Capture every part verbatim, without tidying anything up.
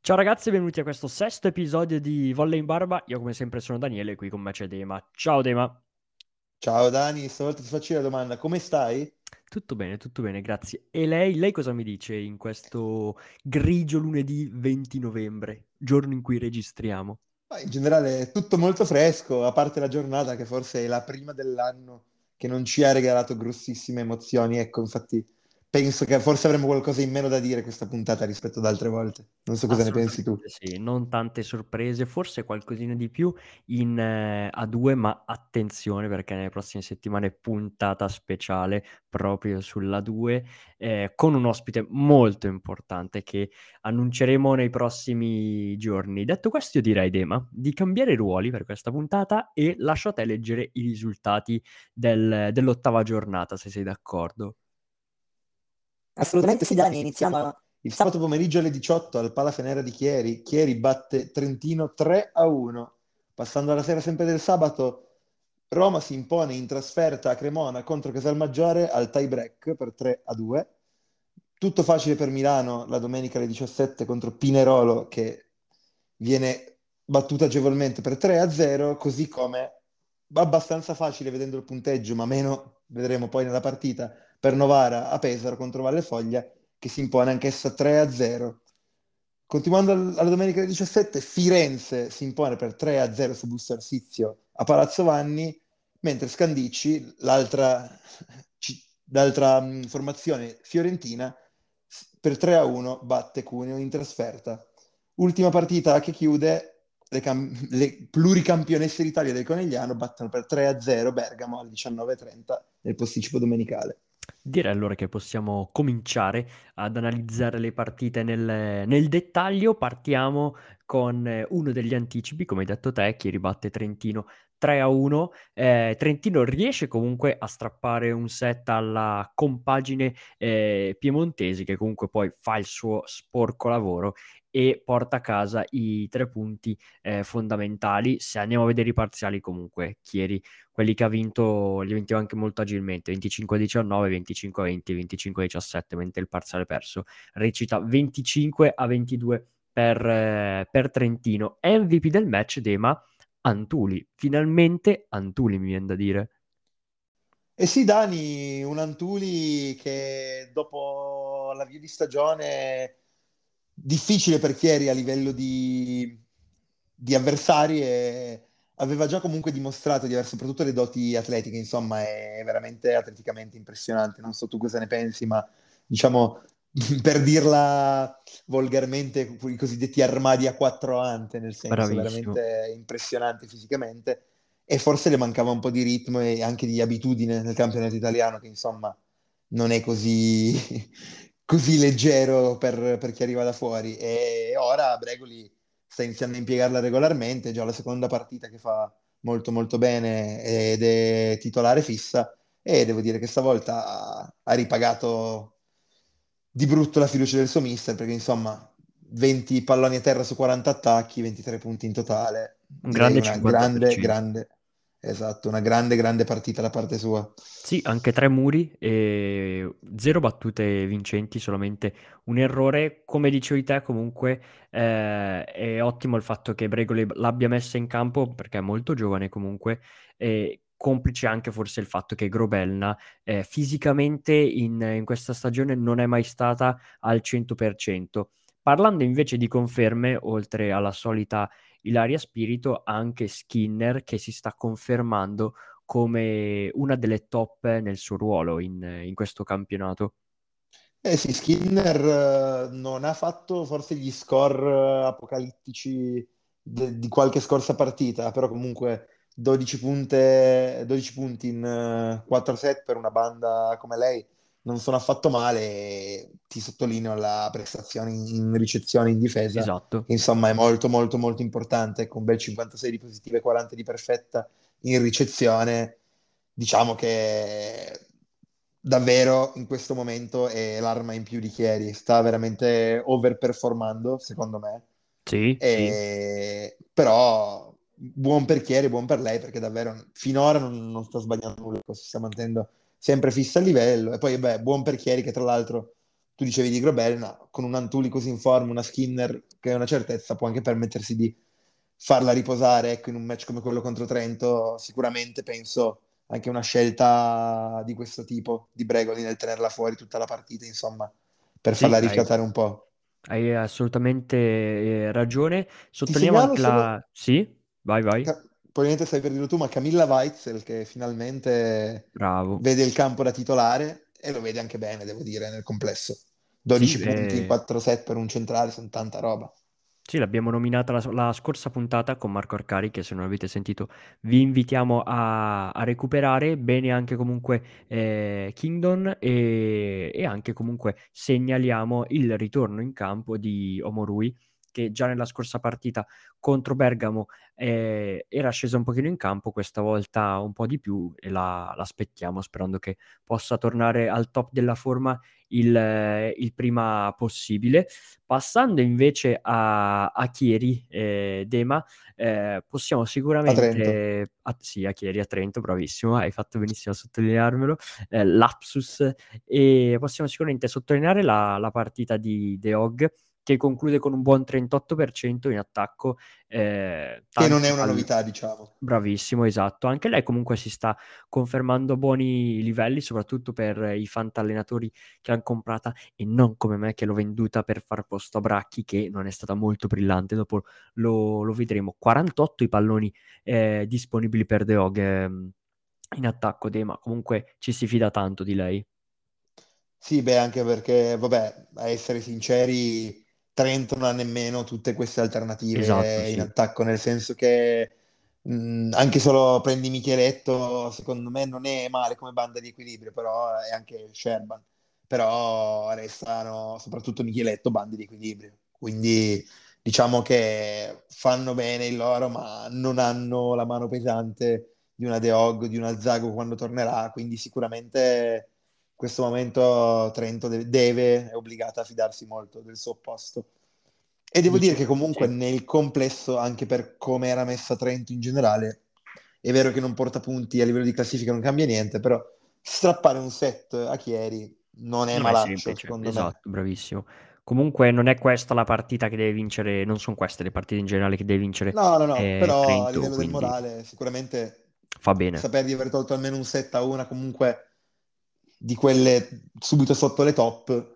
Ciao ragazzi, benvenuti a questo sesto episodio di Volley in Barba. Io come sempre sono Daniele, qui con me c'è Dema. Ciao Dema. Ciao Dani, stavolta ti faccio la domanda, come stai? Tutto bene, tutto bene, grazie. E lei, lei cosa mi dice in questo grigio lunedì venti novembre, giorno in cui registriamo? Ma in generale è tutto molto fresco, a parte la giornata che forse è la prima dell'anno che non ci ha regalato grossissime emozioni. Ecco, infatti penso che forse avremo qualcosa in meno da dire questa puntata rispetto ad altre volte. Non so cosa ne pensi tu. Assolutamente sì, non tante sorprese, forse qualcosina di più in eh, A due, ma attenzione perché nelle prossime settimane puntata speciale proprio sull'A due eh, con un ospite molto importante che annunceremo nei prossimi giorni. Detto questo, io direi, Dema, di cambiare ruoli per questa puntata e lascio a te leggere i risultati del- dell'ottava giornata, se sei d'accordo. Assolutamente sì, Dani, iniziamo il sabato pomeriggio alle diciotto al Palafenera di Chieri. Chieri batte Trentino tre a uno. Passando alla sera sempre del sabato, Roma si impone in trasferta a Cremona contro Casalmaggiore al tie break per tre a due. Tutto facile per Milano la domenica alle diciassette contro Pinerolo che viene battuta agevolmente per tre a zero, così come abbastanza facile vedendo il punteggio, ma meno vedremo poi nella partita per Novara a Pesaro contro Valle Foglia che si impone anch'essa tre a zero. Continuando al- alla domenica alle diciassette, Firenze si impone per tre a zero su Busto Arsizio a Palazzo Vanni, mentre Scandicci, l'altra, ci- l'altra mh, formazione fiorentina, s- per tre a uno batte Cuneo in trasferta. Ultima partita che chiude, le, cam- le pluricampionesse d'Italia del Conegliano battono per tre a zero Bergamo alle diciannove e trenta nel posticipo domenicale. Direi allora che possiamo cominciare ad analizzare le partite nel, nel dettaglio. Partiamo con eh, uno degli anticipi, come hai detto te, che ribatte Trentino tre a uno. Eh, Trentino riesce comunque a strappare un set alla compagine eh, piemontesi, che comunque poi fa il suo sporco lavoro e porta a casa i tre punti eh, fondamentali. Se andiamo a vedere i parziali, comunque, Chieri quelli che ha vinto li ha vinti anche molto agilmente, venticinque a diciannove, venticinque a venti, venticinque a diciassette, mentre il parziale perso recita venticinque a ventidue per, eh, per Trentino. M V P del match, Dema, Antuli. Finalmente Antuli, mi viene da dire. E sì, Dani, un Antuli che dopo l'avvio di stagione difficile per Chieri a livello di, di avversari e aveva già comunque dimostrato di avere soprattutto le doti atletiche, insomma, è veramente atleticamente impressionante. Non so tu cosa ne pensi, ma diciamo, per dirla volgarmente, i cosiddetti armadi a quattro ante, nel senso Bravissimo. veramente impressionante fisicamente e forse le mancava un po' di ritmo e anche di abitudine nel campionato italiano, che insomma non è così, così leggero per, per chi arriva da fuori. E ora Bregoli sta iniziando a impiegarla regolarmente, è già la seconda partita che fa molto molto bene ed è titolare fissa e devo dire che stavolta ha, ha ripagato di brutto la fiducia del suo mister perché insomma venti palloni a terra su quaranta attacchi, ventitré punti in totale, Un direi grande una grande, cinquanta per cento. grande, esatto, una grande, grande partita da parte sua. Sì, anche tre muri e zero battute vincenti, solamente un errore. Come dicevi te, comunque eh, è ottimo il fatto che Bregoli l'abbia messa in campo perché è molto giovane comunque, e complice anche forse il fatto che Grobelna eh, fisicamente in, in questa stagione non è mai stata al cento per cento. Parlando invece di conferme, oltre alla solita Ilaria Spirito, anche Skinner che si sta confermando come una delle top nel suo ruolo in, in questo campionato. Eh sì, Skinner eh, non ha fatto forse gli score eh, apocalittici de- di qualche scorsa partita, però comunque dodici punte- dodici punti in eh, quattro set per una banda come lei non sono affatto male e ti sottolineo la prestazione in in ricezione in difesa, Esatto. che insomma è molto molto molto importante, con un bel cinquantasei di positiva e quaranta di perfetta in ricezione. Diciamo che davvero in questo momento è l'arma in più di Chieri, sta veramente overperformando, secondo me. Sì, sì. E- Però buon per Chieri, buon per lei, perché davvero finora non, non sta sbagliando nulla, si sta mantenendo sempre fissa a livello. E poi, beh, buon per Chieri che tra l'altro tu dicevi di Grobel, ma con un Antuli così in forma, una Skinner che è una certezza, può anche permettersi di farla riposare, ecco, in un match come quello contro Trento, sicuramente penso anche una scelta di questo tipo di Bregoli nel tenerla fuori tutta la partita, insomma, per Sì, farla hai, rifiatare un po'. hai assolutamente eh, ragione. Ti Sottolineiamo segnalo anche solo, la... Sì, vai, vai. ca- probabilmente stai per dirlo tu, ma Camilla Weitzel che finalmente Bravo. vede il campo da titolare e lo vede anche bene, devo dire, nel complesso. Sì, dodici punti in eh, quattro set per un centrale, sono tanta roba. sì, l'abbiamo nominata la, la scorsa puntata con Marco Arcari, che se non avete sentito vi invitiamo a, a recuperare. Bene anche comunque eh, Kingdon e, e anche comunque segnaliamo il ritorno in campo di Omorui, che già nella scorsa partita contro Bergamo eh, era sceso un pochino in campo, questa volta un po' di più e la, l'aspettiamo sperando che possa tornare al top della forma il, eh, il prima possibile. Passando invece a, a Chieri, eh, Dema, eh, possiamo A Trento. sicuramente, a, sì, a Chieri, a Trento, bravissimo, hai fatto benissimo a sottolinearmelo, eh, lapsus, e possiamo sicuramente sottolineare la, la partita di De Hog, che conclude con un buon trentotto per cento in attacco, eh, Che non è tanti una pal- novità, diciamo. Bravissimo, esatto. Anche lei comunque si sta confermando a buoni livelli, soprattutto per i fantallenatori che l'hanno comprata e non come me che l'ho venduta per far posto a Bracchi, che non è stata molto brillante. Dopo lo, lo vedremo. quarantotto i palloni eh, disponibili per The Hog ehm, in attacco, Dema. Comunque ci si fida tanto di lei. Sì, beh, anche perché, vabbè, a essere sinceri, Trento non ha nemmeno tutte queste Esatto, alternative in sì. attacco, nel senso che mh, anche solo prendi Micheletto, secondo me non è male come banda di equilibrio, però è anche Sherban. Però restano, soprattutto Micheletto, bande di equilibrio. Quindi diciamo che fanno bene il loro, ma non hanno la mano pesante di una De Hog, di una Zago quando tornerà, quindi sicuramente in questo momento Trento deve, deve, è obbligata a fidarsi molto del suo posto. E devo dire Dice, che comunque sì. nel complesso, anche per come era messa Trento in generale, è vero che non porta punti a livello di classifica, non cambia niente, però strappare un set a Chieri non è Non è malaccio, semplice, secondo me. esatto, bravissimo. Comunque non è questa la partita che deve vincere, non sono queste le partite in generale che deve vincere No, no, no, eh, però a Trento, livello del quindi morale, sicuramente fa bene. saper di aver tolto almeno un set a una, comunque di quelle subito sotto le top,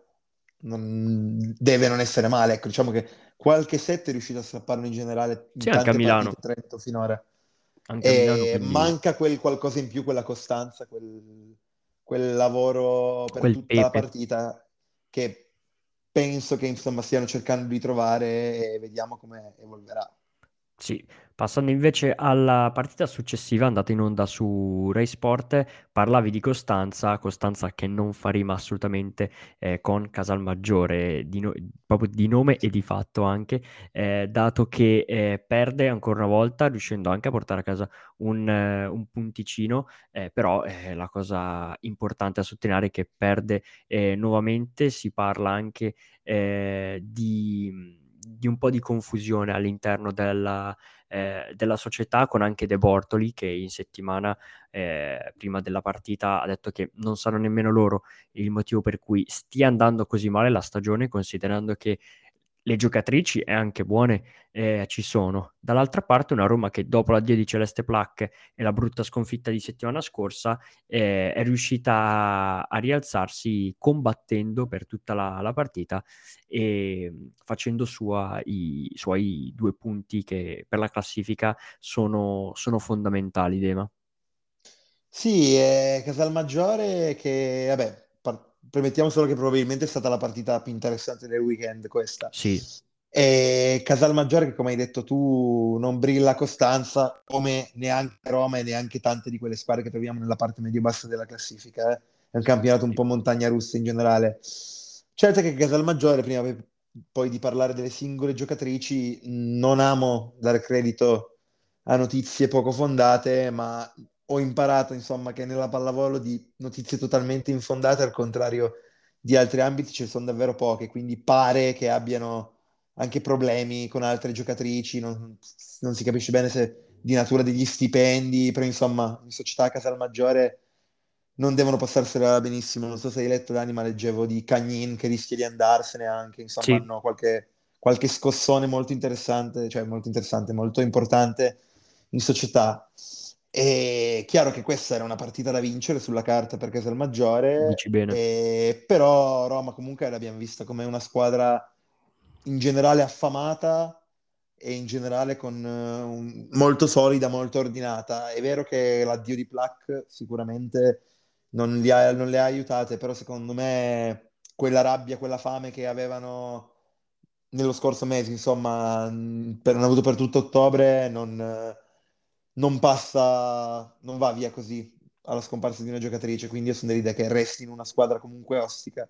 non- deve non essere male. Ecco, diciamo che qualche set è riuscito a strapparlo in generale in Sì, anche a tante Milano, partite Trento finora. anche a Milano, E quindi manca quel qualcosa in più, quella costanza, quel, quel lavoro per quel tutta la pepe. partita che penso che insomma stiano cercando di trovare e vediamo come evolverà. Sì, passando invece alla partita successiva, andata in onda su Rai Sport, parlavi di Costanza, Costanza che non fa rima assolutamente eh, con Casalmaggiore, di no- proprio di nome e di fatto anche, eh, dato che eh, perde ancora una volta, riuscendo anche a portare a casa un, eh, un punticino, eh, però eh, la cosa importante a sottolineare è che perde eh, nuovamente, si parla anche eh, di di un po' di confusione all'interno della, eh, della società, con anche De Bortoli che in settimana eh, prima della partita ha detto che non sanno nemmeno loro il motivo per cui stia andando così male la stagione, considerando che le giocatrici e anche buone eh, ci sono. Dall'altra parte una Roma che dopo l'addio di Celeste Plac e la brutta sconfitta di settimana scorsa eh, è riuscita a, a rialzarsi combattendo per tutta la, la partita e mh, facendo sua i, i suoi due punti che per la classifica sono, sono fondamentali, Dema. Sì, è Casalmaggiore che, vabbè, par- premettiamo solo che probabilmente è stata la partita più interessante del weekend questa. Sì, E Casalmaggiore che, come hai detto tu, non brilla a Costanza, come neanche Roma e neanche tante di quelle squadre che troviamo nella parte medio-bassa della classifica. eh. È un campionato un sì, po' montagna russa in generale. Certo che Casalmaggiore, prima pe- poi di parlare delle singole giocatrici, non amo dare credito a notizie poco fondate, ma ho imparato, insomma, che nella pallavolo di notizie totalmente infondate, al contrario di altri ambiti, ce ne sono davvero poche, quindi pare che abbiano anche problemi con altre giocatrici, non, non si capisce bene se di natura degli stipendi, però insomma, in società Casalmaggiore non devono passarsela benissimo. Non so se hai letto Dani, ma leggevo di Cagnin che rischia di andarsene anche, insomma, Sì, hanno qualche, qualche scossone molto interessante, cioè molto interessante, molto importante in società. È chiaro che questa era una partita da vincere sulla carta per dici Casalmaggiore, bene. e però Roma comunque l'abbiamo vista come una squadra in generale affamata e in generale con eh, un- molto solida, molto ordinata. È vero che l'addio di Plak sicuramente non, li ha- non le ha aiutate, però secondo me quella rabbia, quella fame che avevano nello scorso mese, insomma, mh, per, hanno avuto per tutto ottobre, non, eh, non passa, non va via così alla scomparsa di una giocatrice, quindi io sono dell'idea che resti in una squadra comunque ostica.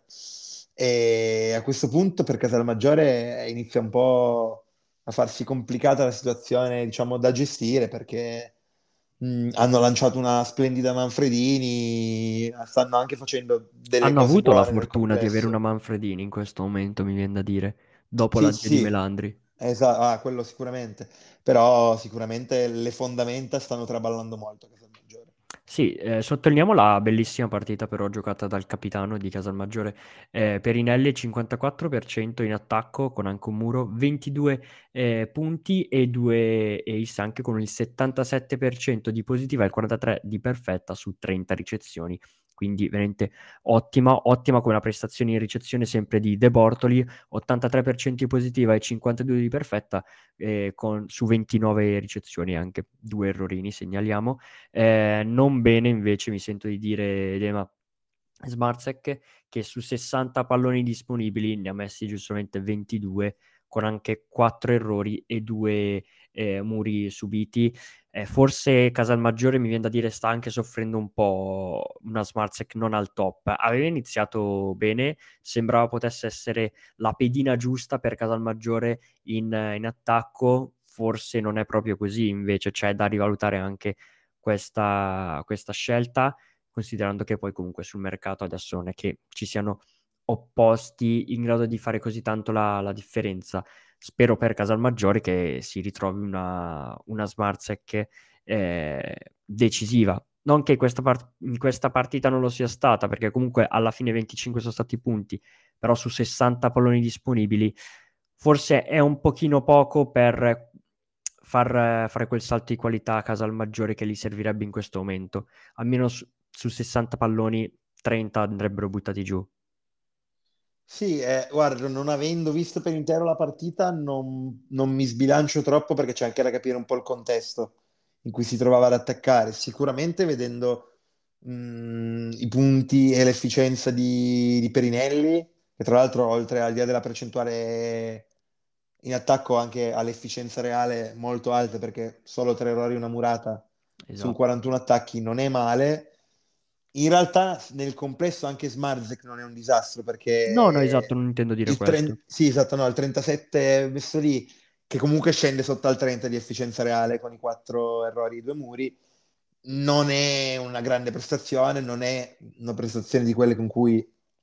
E a questo punto per Casalmaggiore inizia un po' a farsi complicata la situazione, diciamo, da gestire, perché mh, hanno lanciato una splendida Manfredini, stanno anche facendo delle Hanno cose avuto la buone nel fortuna di avere una complesso. Manfredini in questo momento, mi viene da dire, dopo Sì, sì, l'addio di sì, Melandri. esatto, ah, quello sicuramente, però sicuramente le fondamenta stanno traballando molto a Casalmaggiore. Sì, eh, sottolineiamo la bellissima partita però giocata dal capitano di Casalmaggiore, eh, Perinelli, cinquantaquattro per cento in attacco con anche un muro, ventidue eh, punti e due ace anche con il settantasette per cento di positiva e il quarantatré per cento di perfetta su trenta ricezioni. Quindi veramente ottima, ottima come la prestazione in ricezione sempre di De Bortoli, ottantatré per cento di positiva e cinquantadue di perfetta eh, con, su ventinove ricezioni anche, due errorini segnaliamo. Eh, non bene invece mi sento di dire Dema Smarsek che su sessanta palloni disponibili ne ha messi giustamente ventidue con anche quattro errori e due eh, muri subiti. Eh, forse Casalmaggiore mi viene da dire sta anche soffrendo un po' una Smarsek non al top. Aveva iniziato bene, sembrava potesse essere la pedina giusta per Casalmaggiore in, in attacco, forse non è proprio così, invece c'è da rivalutare anche questa, questa scelta, considerando che poi comunque sul mercato adesso non è che ci siano opposti in grado di fare così tanto la, la differenza. Spero per Casalmaggiore che si ritrovi una, una Smarsec eh, decisiva. Non che questa part- in questa partita non lo sia stata, perché comunque alla fine venticinque sono stati i punti, però su sessanta palloni disponibili forse è un pochino poco per far, fare quel salto di qualità a Casalmaggiore che gli servirebbe in questo momento. Almeno su, su sessanta palloni, trenta andrebbero buttati giù. Sì, eh, guarda, non avendo visto per intero la partita, non, non mi sbilancio troppo perché c'è anche da capire un po' il contesto in cui si trovava ad attaccare. Sicuramente vedendo mh, i punti e l'efficienza di, di Perinelli, che tra l'altro oltre al di là della percentuale in attacco anche all'efficienza reale molto alta, perché solo tre errori e una murata su Esatto. quarantuno attacchi non è male. In realtà nel complesso anche Smarzek non è un disastro No, no, esatto, perché non intendo dire il questo. trenta, sì, esatto, no, il trentasette messo lì, che comunque scende sotto al trenta di efficienza reale con i quattro errori e i due muri, non è una grande prestazione, non è una prestazione di quelle con cui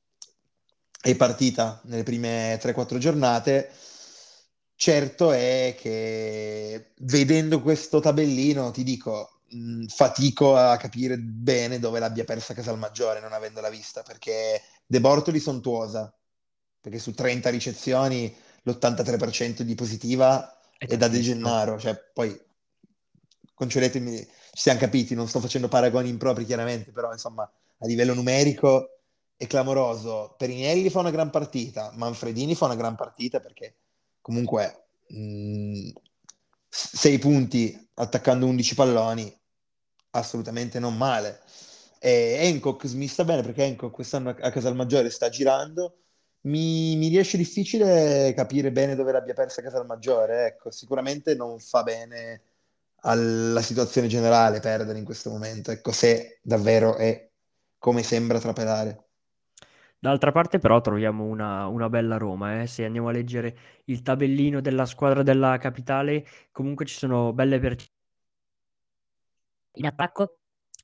è partita nelle prime tre quattro giornate. Certo è che vedendo questo tabellino, ti dico, mh, fatico a capire bene dove l'abbia persa Casalmaggiore non avendola vista, perché De Bortoli sontuosa, perché su trenta ricezioni l'ottantatré per cento di positiva È è da De tantissimo. Gennaro, cioè poi concedetemi, ci siamo capiti, non sto facendo paragoni impropri chiaramente, però insomma a livello numerico è clamoroso. Perinelli fa una gran partita, Manfredini fa una gran partita perché comunque mh, sei punti attaccando undici palloni, assolutamente non male. E Hancock mi sta bene perché Hancock quest'anno a Casalmaggiore sta girando. Mi, mi riesce difficile capire bene dove l'abbia persa Casalmaggiore. Ecco, sicuramente non fa bene alla situazione generale perdere in questo momento. Ecco, se davvero è come sembra trapelare. D'altra parte però troviamo una, una bella Roma, eh. Se andiamo a leggere il tabellino della squadra della capitale, comunque ci sono belle percentuali in attacco,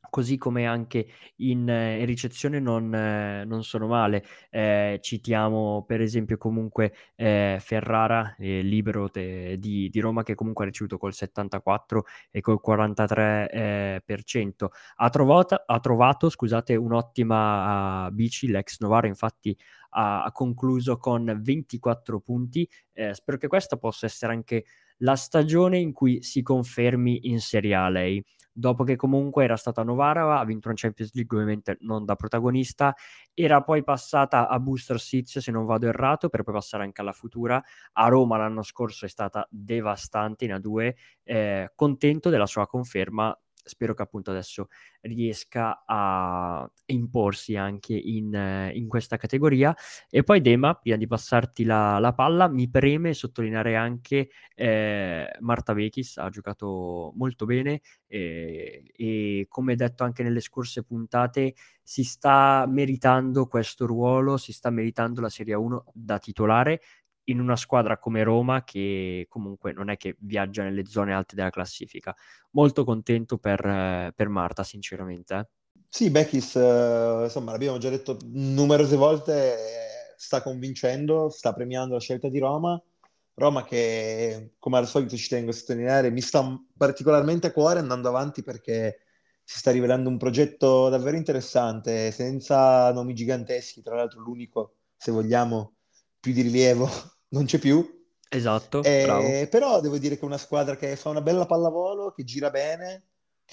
così come anche in, eh, in ricezione non, eh, non sono male. Eh, citiamo per esempio comunque eh, Ferrara, eh, libero te- di, di Roma, che comunque ha ricevuto col settantaquattro e col quarantatré eh, per cento. Ha trovato, ha trovato, scusate, un'ottima uh, bici, l'ex Novara infatti ha, ha concluso con ventiquattro punti. Eh, spero che questa possa essere anche la stagione in cui si confermi in Serie A lei, dopo che comunque era stata a Novara, ha vinto una Champions League ovviamente non da protagonista, era poi passata a Booster Seats se non vado errato, per poi passare anche alla Futura. A Roma l'anno scorso è stata devastante in A due, eh, contento della sua conferma, spero che appunto adesso riesca a imporsi anche in, eh, in questa categoria. E poi Dema, prima di passarti la, la palla, mi preme sottolineare anche eh, Marta Vekis, ha giocato molto bene, e, e come detto anche nelle scorse puntate, si sta meritando questo ruolo, si sta meritando la Serie uno da titolare in una squadra come Roma, che comunque non è che viaggia nelle zone alte della classifica. Molto contento per, eh, per Marta, sinceramente. eh. Sì, Bekis, eh, insomma, l'abbiamo già detto numerose volte, eh, sta convincendo, sta premiando la scelta di Roma. Roma che, come al solito ci tengo a sottolineare, mi sta particolarmente a cuore andando avanti perché si sta rivelando un progetto davvero interessante, senza nomi giganteschi, tra l'altro l'unico, se vogliamo, più di rilievo, non c'è più. Esatto, bravo. Eh, però devo dire che è una squadra che fa una bella pallavolo, che gira bene,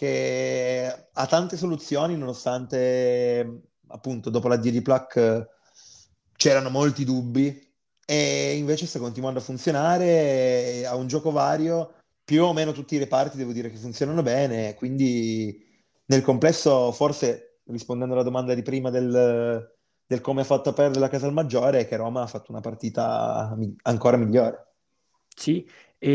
che ha tante soluzioni, nonostante appunto dopo l'addio di Pluck eh, c'erano molti dubbi, e invece sta continuando a funzionare, ha un gioco vario, più o meno tutti i reparti devo dire che funzionano bene, quindi nel complesso forse rispondendo alla domanda di prima del, del come ha fatto a perdere la Casalmaggiore, è che Roma ha fatto una partita mi- ancora migliore. Sì,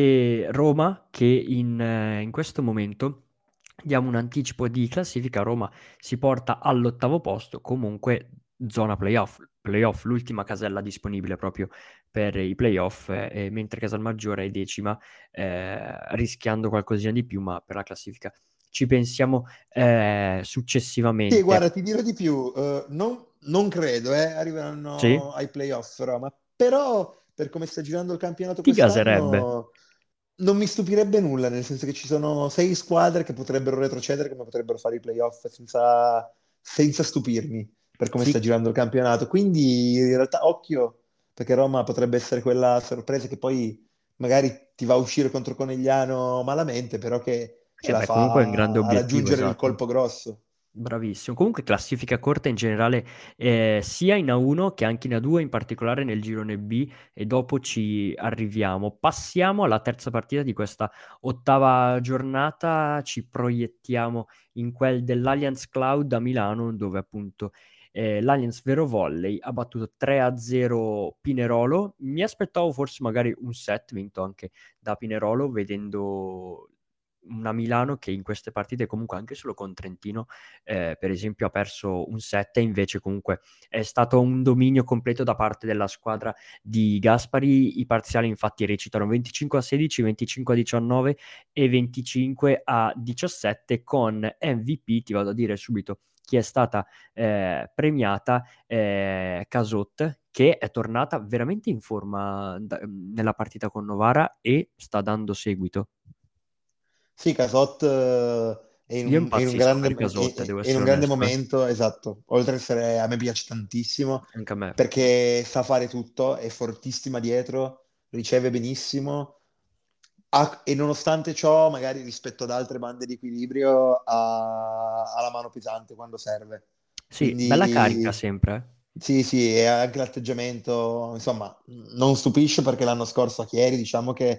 e Roma che in, eh, in questo momento diamo un anticipo di classifica. Roma si porta all'ottavo posto, comunque zona playoff, playoff, l'ultima casella disponibile proprio per i playoff, eh, mentre Casalmaggiore è decima, eh, rischiando qualcosina di più, ma per la classifica ci pensiamo eh, Sì, successivamente. guarda, ti dirò di più, eh, non, non credo eh, Sì, arriveranno ai playoff Roma, però per come sta girando il campionato ti gaserebbe. quest'anno non mi stupirebbe nulla, nel senso che ci sono sei squadre che potrebbero retrocedere, come potrebbero fare i playoff senza, senza stupirmi per come sta Sì. girando il campionato. Quindi in realtà occhio, perché Roma potrebbe essere quella sorpresa che poi magari ti va a uscire contro Conegliano malamente, però che ce Eh la beh, comunque è un grande fa a obiettivo, raggiungere il esatto. colpo grosso. Bravissimo. Comunque classifica corta in generale, eh, sia in A uno che anche in A due, in particolare nel girone B, e dopo ci arriviamo. Passiamo alla terza partita di questa ottava giornata, ci proiettiamo in quel dell'Allianz Cloud a Milano, dove appunto eh, l'Allianz Vero Volley ha battuto tre a zero Pinerolo. Mi aspettavo forse magari un set vinto anche da Pinerolo, vedendo una Milano che in queste partite comunque anche solo con Trentino eh, per esempio ha perso un sette, invece comunque è stato un dominio completo da parte della squadra di Gaspari. I parziali infatti recitano venticinque a sedici, venticinque a diciannove e venticinque a diciassette, con M V P, ti vado a dire subito chi è stata eh, premiata, eh, Casot, che è tornata veramente in forma da- nella partita con Novara e sta dando seguito. Sì, Casot eh, è in Io un, è in un impazzisco grande, per Casot, è- devo è in un essere grande onesto, eh. momento, esatto. Oltre ad essere, a me piace tantissimo Anche a me. perché sa fare tutto, è fortissima dietro, riceve benissimo ha- e nonostante ciò, magari rispetto ad altre bande di equilibrio, ha, ha la mano pesante quando serve. Sì, bella carica Quindi sempre. eh. sì, sì, e anche l'atteggiamento, insomma, non stupisce perché l'anno scorso a Chieri, diciamo che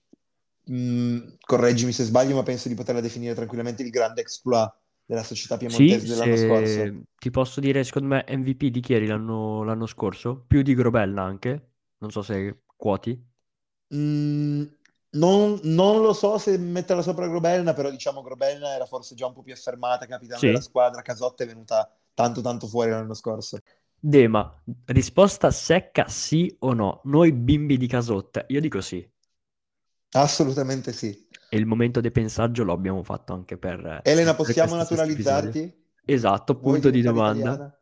mh, correggimi se sbaglio, ma penso di poterla definire tranquillamente il grande exploit della società Sì, piemontese dell'anno scorso. se ti posso dire, secondo me M V P di Chieri l'anno l'anno scorso, più di Grobella anche, non so se quoti. Mm, non, non lo so se metterla sopra Grobelna, però diciamo Grobelna era forse già un po' più affermata, capitano della Sì. squadra, Casotta è venuta tanto tanto fuori l'anno scorso. Dema, risposta secca sì o no? Noi bimbi di Casotta, io dico sì. Assolutamente sì. E il momento di pensaggio lo abbiamo fatto anche per, Elena, per possiamo questo stesso episodio. naturalizzarti? Esatto, Vuoi punto di diventare domanda. italiana?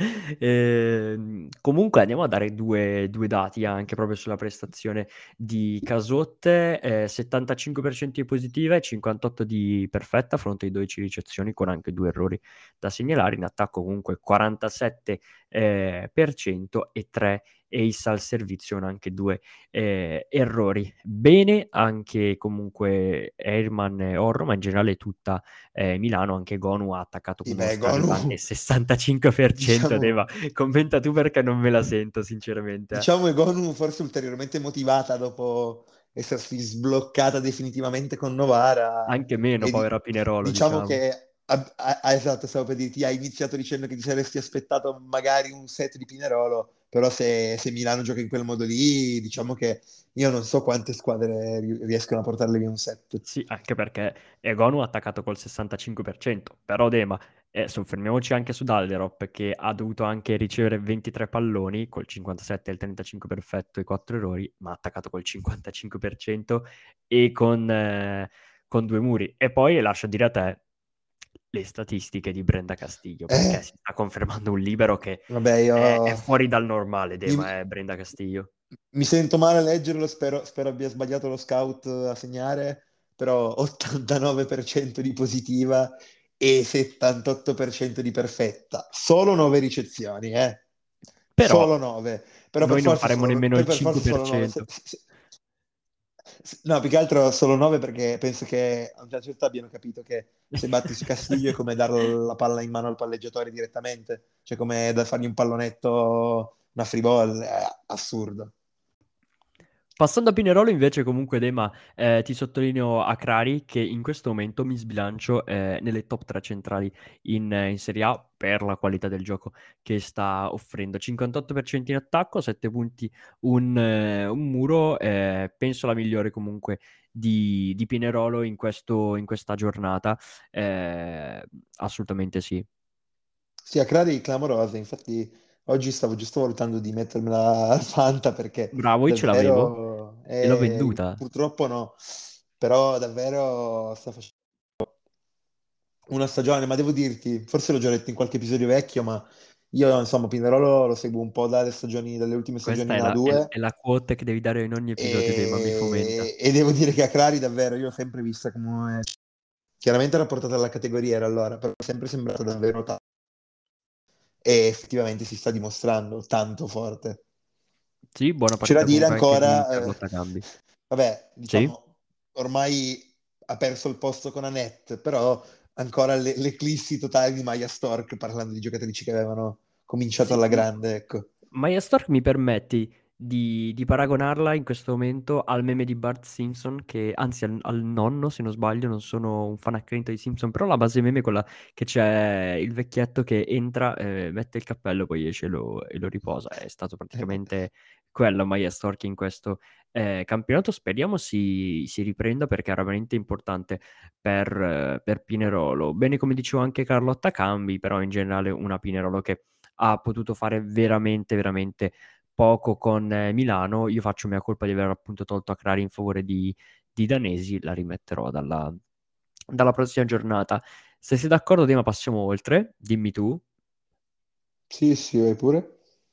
Ehm, comunque andiamo a dare due, due dati anche proprio sulla prestazione di Casotte, eh, settantacinque per cento di positiva e cinquantotto di perfetta a fronte di dodici ricezioni con anche due errori da segnalare. In attacco comunque quarantasette eh, per cento e tre ace al servizio con anche due eh, errori. Bene anche comunque Herman e Orro, ma in generale tutta eh, Milano, anche Gonu ha attaccato Sì, con uno beh, Gonu, straripante sessantacinque per cento. diciamo, Deva, commenta tu perché non me la sento sinceramente. eh. diciamo che Gonu forse ulteriormente motivata dopo essersi sbloccata definitivamente con Novara Anche meno, e di- povera Pinerolo, diciamo diciamo. che ha, ha- ha- esatto, stavo per dirti, hai iniziato dicendo che ti saresti aspettato magari un set di Pinerolo, però se, se Milano gioca in quel modo lì, diciamo che io non so quante squadre ri- riescono a portarle via un set. Sì, anche perché Egonu ha attaccato col sessantacinque per cento, però Dema, eh, soffermiamoci anche su Dalderop che ha dovuto anche ricevere ventitré palloni col cinquantasette e il trentacinque perfetto e quattro errori, ma ha attaccato col cinquantacinque per cento e con, eh, con due muri. E poi lascio dire a te le statistiche di Brenda Castiglio, perché Eh, si sta confermando un libero che vabbè, è, è io fuori dal normale, mi, Dema, è Brenda Castiglio. mi sento male a leggerlo, spero, spero abbia sbagliato lo scout a segnare, però ottantanove per cento di positiva e settantotto per cento di perfetta. Solo nove ricezioni, eh? Però Solo nove. Però per noi non forza faremo solo, nemmeno per, il per forza solo nove. Se- cinque per cento. se- se- no, più che altro solo nove perché penso che a una certa certa abbiano capito che se batti su Castiglio è come dare la palla in mano al palleggiatore direttamente, cioè come da fargli un pallonetto, una free ball, è assurdo. Passando a Pinerolo invece comunque Dema, eh, ti sottolineo Akrari che in questo momento mi sbilancio eh, nelle top tre centrali in, eh, in Serie A per la qualità del gioco che sta offrendo. cinquantotto per cento in attacco, sette punti, un, eh, un muro, eh, penso la migliore comunque di, di Pinerolo in, questo, in questa giornata. Eh, assolutamente sì. Sì, a Crari clamorosa, infatti oggi stavo giusto valutando di mettermela al Fanta perché Bravo, io ce l'avevo davvero, e l'ho eh, venduta. purtroppo no, però davvero sta facendo una stagione, ma devo dirti, forse l'ho già detto in qualche episodio vecchio, ma io insomma Pinerolo lo seguo un po' dalle stagioni, dalle ultime stagioni Questa in è la, è, A due è la quote che devi dare in ogni episodio, Dema, mi fomenta. e, e devo dire che a Crari davvero io l'ho sempre vista come chiaramente rapportata alla categoria era allora, però è sempre sembrata davvero tanto e effettivamente si sta dimostrando tanto forte. Sì, buona C'è da partita dire comunque anche di ancora, eh, Carlotta Cambi. vabbè, Sì? diciamo, ormai ha perso il posto con Annette, però ancora le- l'eclissi totale di Maya Stork, parlando di giocatrici che avevano cominciato Sì, alla m- grande, ecco. Maya Stork mi permetti di, di paragonarla in questo momento al meme di Bart Simpson, che anzi al, al nonno, se non sbaglio, non sono un fan accanito di Simpson, però la base meme è quella che c'è il vecchietto che entra, eh, mette il cappello, poi esce e lo, e lo riposa. È stato praticamente quello Maya Stork in questo eh, campionato. Speriamo si, si riprenda perché era veramente importante per, eh, per Pinerolo. Bene, come dicevo anche Carlotta Cambi, però in generale una Pinerolo che ha potuto fare veramente, veramente poco con eh, Milano. Io faccio mia colpa di aver appunto tolto Akrari in favore di, di Danesi, la rimetterò dalla, dalla prossima giornata. Se sei d'accordo, Dima, passiamo oltre, dimmi tu. Sì, sì, vai pure.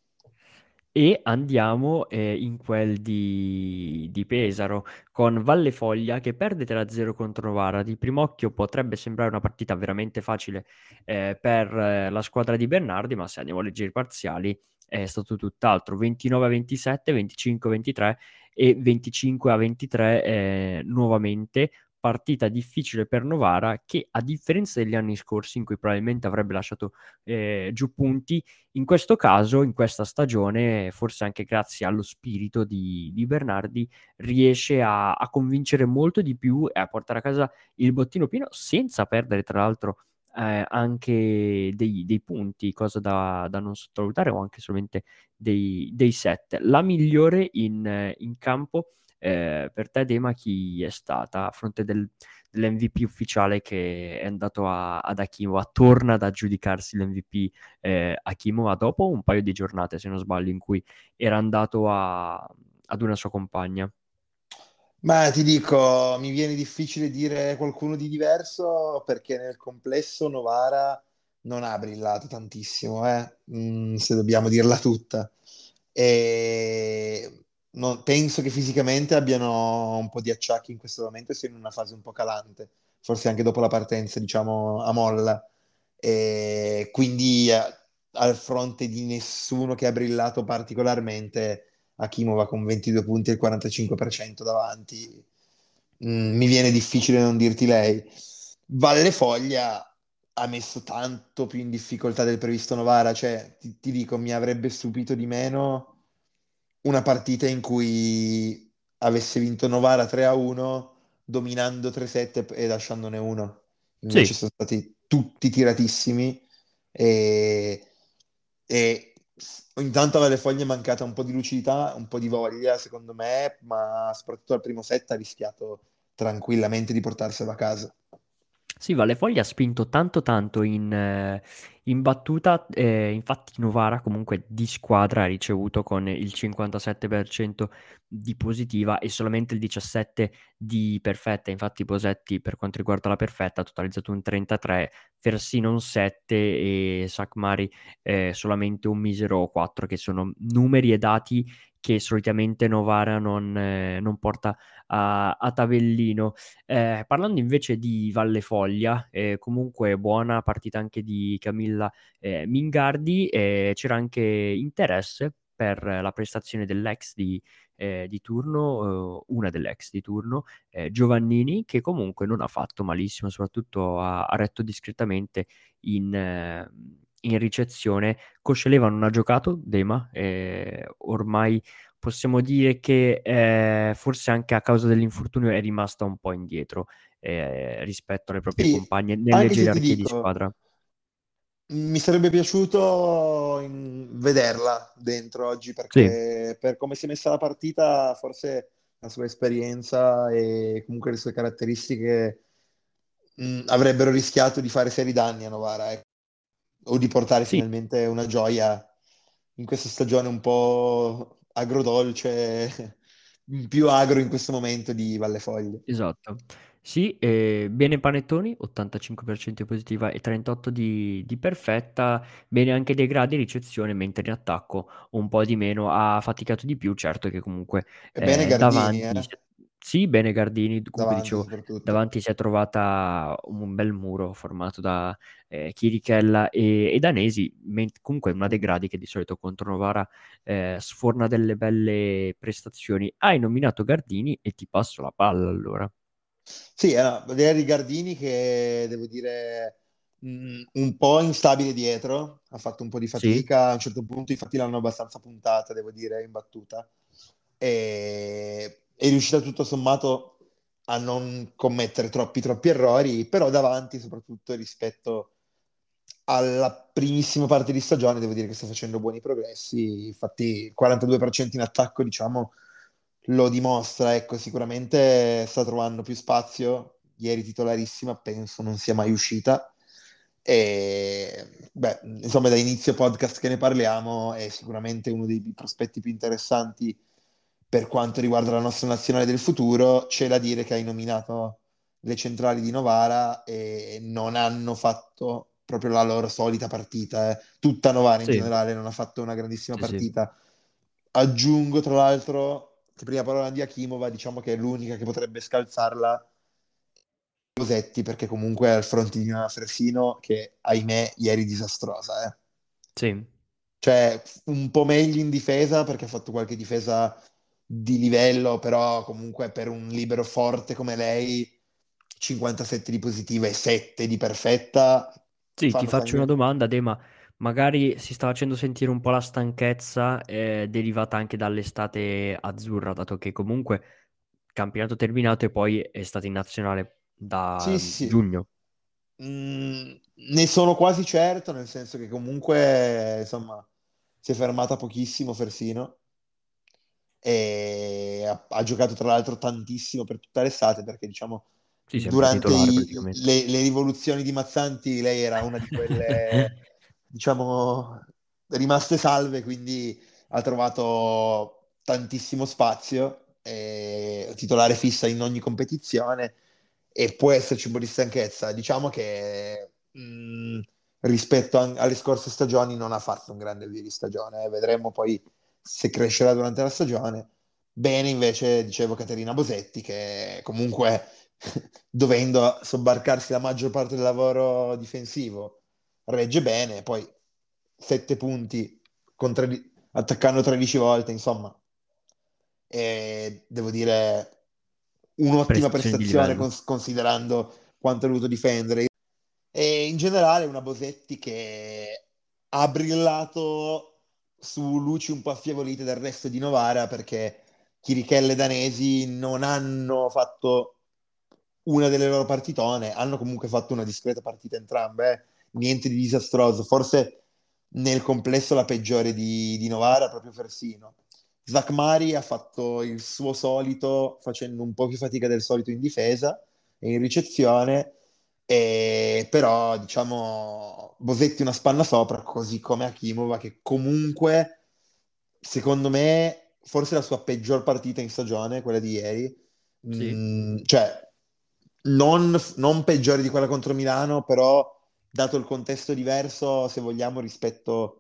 E andiamo eh, in quel di, di Pesaro con Valle Foglia che perde tre a zero contro Novara. Di primo occhio potrebbe sembrare una partita veramente facile eh, per eh, la squadra di Bernardi, ma se andiamo a leggere i parziali è stato tutt'altro. ventinove a ventisette, venticinque a ventitré e venticinque a ventitré eh, nuovamente. Partita difficile per Novara che, a differenza degli anni scorsi in cui probabilmente avrebbe lasciato eh, giù punti, in questo caso, in questa stagione, forse anche grazie allo spirito di, di Bernardi, riesce a, a convincere molto di più e a portare a casa il bottino pieno senza perdere, tra l'altro, eh, anche dei, dei punti, cosa da, da non sottovalutare, o anche solamente dei, dei set. La migliore in, eh, in campo, eh, per te, Dema, chi è stata a fronte del, dell'M V P ufficiale che è andato a, ad Akimova? Torna ad aggiudicarsi l'M V P eh, Hakimova dopo un paio di giornate, se non sbaglio, in cui era andato a- ad una sua compagna. Ma ti dico, mi viene difficile dire qualcuno di diverso perché nel complesso Novara non ha brillato tantissimo, eh, mm, se dobbiamo dirla tutta. E non- penso che fisicamente abbiano un po' di acciacchi in questo momento e siano in una fase un po' calante, forse anche dopo la partenza, diciamo, a molla. E quindi eh, al fronte di nessuno che ha brillato particolarmente, Hakimova con ventidue punti e il quarantacinque per cento davanti. Mm, mi viene difficile non dirti lei. Valle Foglia ha messo tanto più in difficoltà del previsto Novara, cioè ti, ti dico, mi avrebbe stupito di meno una partita in cui avesse vinto Novara tre a uno, dominando tre sette e lasciandone uno. Invece Sì. sono stati tutti tiratissimi e, e intanto alle foglie è mancata un po' di lucidità, un po' di voglia, secondo me, ma soprattutto al primo set ha rischiato tranquillamente di portarselo a casa. Sì, Vallefoglia ha spinto tanto tanto in, eh, in battuta, eh, infatti Novara comunque di squadra ha ricevuto con il cinquantasette per cento di positiva e solamente il diciassette per cento di perfetta, infatti Bosetti per quanto riguarda la perfetta ha totalizzato un trentatré, Fersino un sette e Sakmari eh, solamente un misero quattro, che sono numeri e dati che solitamente Novara non, eh, non porta a, a tabellino. Eh, parlando invece di Valle Foglia, eh, comunque buona partita anche di Camilla eh, Mingardi, eh, c'era anche interesse per la prestazione dell'ex di, eh, di turno, eh, una dell'ex di turno, eh, Giovannini, che comunque non ha fatto malissimo, soprattutto ha, ha retto discretamente in, eh, in ricezione. Cosceleva non ha giocato, Dema, eh, ormai possiamo dire che eh, forse anche a causa dell'infortunio è rimasta un po' indietro eh, rispetto alle proprie Sì, compagne nelle anche se ti gerarchie di dico, squadra. mi sarebbe piaciuto in- vederla dentro oggi Sì, perché per come si è messa la partita, forse la sua esperienza e comunque le sue caratteristiche mh, avrebbero rischiato di fare seri danni a Novara, ecco, o di portare sì, finalmente una gioia in questa stagione un po' agrodolce, più agro in questo momento di Valle Foglie. esatto. Sì, eh, bene Panettoni, ottantacinque per cento di positiva e trentotto di, di perfetta, bene anche dei gradi ricezione, mentre in attacco un po' di meno, ha faticato di più, certo che comunque Ebbene eh, Gardini, davanti, eh? si- sì, bene Gardini, comunque Davanti dicevo, soprattutto. davanti si è trovata un bel muro formato da eh, Chirichella e, e Danesi, men- comunque una dei gradi che di solito contro Novara eh, sforna delle belle prestazioni. Hai nominato Gardini e ti passo la palla allora. Sì, era l'idea di Gardini che devo dire mh, un po' instabile dietro, ha fatto un po' di Sì, fatica, a un certo punto infatti l'hanno abbastanza puntata, devo dire, in battuta. E è riuscita tutto sommato a non commettere troppi troppi errori, però davanti, soprattutto rispetto alla primissima parte di stagione, devo dire che sta facendo buoni progressi. Infatti, il quarantadue per cento in attacco, diciamo, lo dimostra. Ecco, sicuramente sta trovando più spazio. Ieri titolarissima, penso non sia mai uscita. E beh, insomma, da inizio podcast che ne parliamo, è sicuramente uno dei prospetti più interessanti per quanto riguarda la nostra nazionale del futuro. C'è da dire che hai nominato le centrali di Novara e non hanno fatto proprio la loro solita partita. eh. Tutta Novara in sì, generale non ha fatto una grandissima sì, sì. partita. Aggiungo tra l'altro che prima parola di Akimova, diciamo che è l'unica che potrebbe scalzarla Cosetti, perché comunque è al fronte di una Fressino che, ahimè, ieri disastrosa. eh. Sì. Cioè, un po' meglio in difesa perché ha fatto qualche difesa di livello, però comunque per un libero forte come lei, cinquantasette di positiva e sette di perfetta, Sì, ti fanno faccio una francamente... domanda, Dema. Magari si sta facendo sentire un po' la stanchezza eh, derivata anche dall'estate azzurra, dato che comunque campionato terminato e poi è stato in nazionale Sì, da sì, sì. giugno. Mm, ne sono quasi certo, nel senso che comunque, insomma, si è fermata pochissimo Fersino e ha, ha giocato tra l'altro tantissimo per tutta l'estate perché diciamo Sì, sempre durante titolare i- praticamente. le, le rivoluzioni di Mazzanti lei era una di quelle diciamo rimaste salve, quindi ha trovato tantissimo spazio e titolare fissa in ogni competizione e può esserci un po' di stanchezza. Diciamo che mh, rispetto a- alle scorse stagioni non ha fatto un grande avvio di stagione, eh. Vedremo poi se crescerà durante la stagione. Bene invece, dicevo, Caterina Bosetti, che comunque dovendo sobbarcarsi la maggior parte del lavoro difensivo, regge bene, poi sette punti con tredici attaccando tredici volte, insomma, e devo dire un'ottima Prestazioni di prestazione livello. cons- considerando quanto ha dovuto difendere. E in generale una Bosetti che ha brillato su luci un po' affievolite del resto di Novara perché Chirichelle e Danesi non hanno fatto una delle loro partitone, hanno comunque fatto una discreta partita entrambe, eh. Niente di disastroso, forse nel complesso la peggiore di, di Novara, proprio Fersino. Zach Mari ha fatto il suo solito, facendo un po' più fatica del solito in difesa e in ricezione, e però diciamo Bosetti una spanna sopra, così come Akimova, che comunque secondo me forse la sua peggior partita in stagione, quella di ieri. Sì. Mm, cioè non, non peggiore di quella contro Milano, però dato il contesto diverso, se vogliamo, rispetto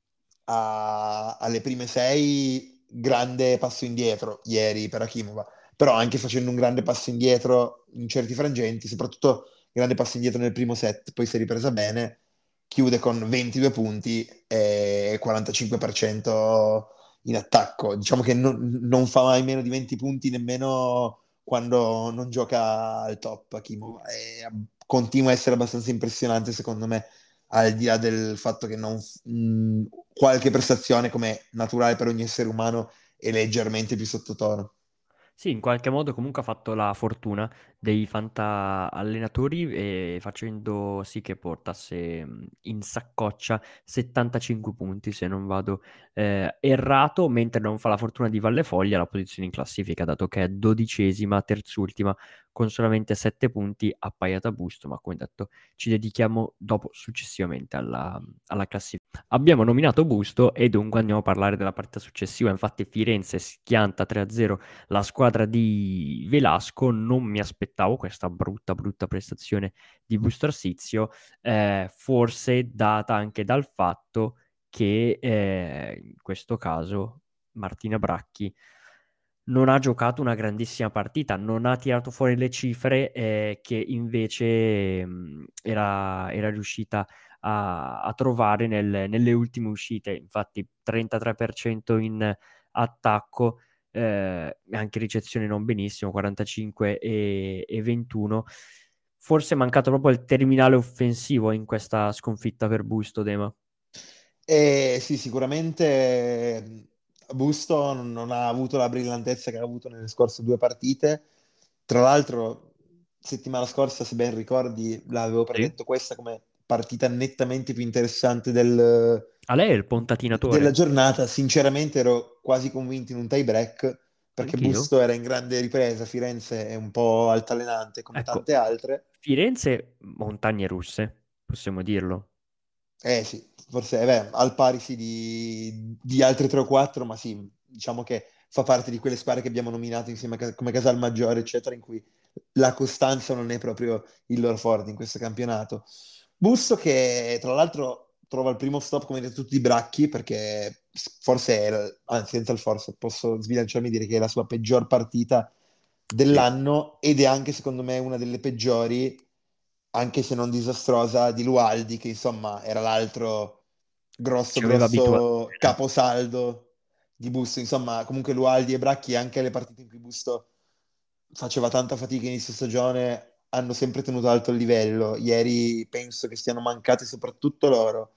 a- alle prime sei, grande passo indietro ieri per Akimova, però anche facendo un grande passo indietro in certi frangenti, soprattutto grande passo indietro nel primo set, poi si è ripresa bene, chiude con ventidue punti e quarantacinque per cento in attacco. Diciamo che non, non fa mai meno di venti punti nemmeno quando non gioca al top Akimova e continua a essere abbastanza impressionante secondo me, al di là del fatto che non, mh, qualche prestazione, come naturale per ogni essere umano, è leggermente più sottotono. Sì, in qualche modo comunque ha fatto la fortuna dei fanta allenatori e facendo sì che portasse mh, in saccoccia settantacinque punti, se non vado eh, errato, mentre non fa la fortuna di Vallefoglia la posizione in classifica, dato che è dodicesima, terzultima, con solamente sette punti appaiata a busto, ma come detto ci dedichiamo dopo, successivamente alla, alla classifica. Abbiamo nominato Busto e dunque andiamo a parlare della partita successiva, infatti Firenze schianta tre a zero la squadra di Velasco. Non mi aspettavo questa brutta, brutta prestazione di Busto Arsizio, eh, forse data anche dal fatto che eh, in questo caso Martina Bracchi non ha giocato una grandissima partita, non ha tirato fuori le cifre eh, che invece mh, era, era riuscita a, a trovare nel- nelle ultime uscite. Infatti trentatré per cento in attacco, eh, anche ricezione non benissimo, quarantacinque e, e ventuno. Forse è mancato proprio il terminale offensivo in questa sconfitta per Busto, Dema. E sì, sicuramente mh, Busto non non ha avuto la brillantezza che ha avuto nelle scorse due partite. Tra l'altro, settimana scorsa, se ben ricordi, l'avevo Sì. predetto questa come partita nettamente più interessante del- A lei è il della pontatinatore? giornata. Sinceramente ero quasi convinto in un tie break perché Anch'io. Busto era in grande ripresa, Firenze è un po' altalenante come Ecco, tante altre. Firenze, montagne russe, possiamo dirlo. Eh sì, forse eh beh, al pari sì di, di altre tre o quattro, ma sì, diciamo che fa parte di quelle squadre che abbiamo nominato insieme a, Ca- come Casalmaggiore, eccetera, in cui la costanza non è proprio il loro forte in questo campionato. Busto che tra l'altro trova il primo stop, come detto, tutti i bracchi, perché forse, è, anzi senza il forse, posso sbilanciarmi e dire che è la sua peggior partita Sì, dell'anno ed è anche secondo me una delle peggiori, anche se non disastrosa, di Lualdi, che insomma era l'altro grosso, ci aveva abituato grosso bene. caposaldo di Busto. Insomma, comunque Lualdi e Bracchi, anche le partite in cui Busto faceva tanta fatica inizio stagione, hanno sempre tenuto alto il livello. Ieri penso che siano mancati soprattutto loro.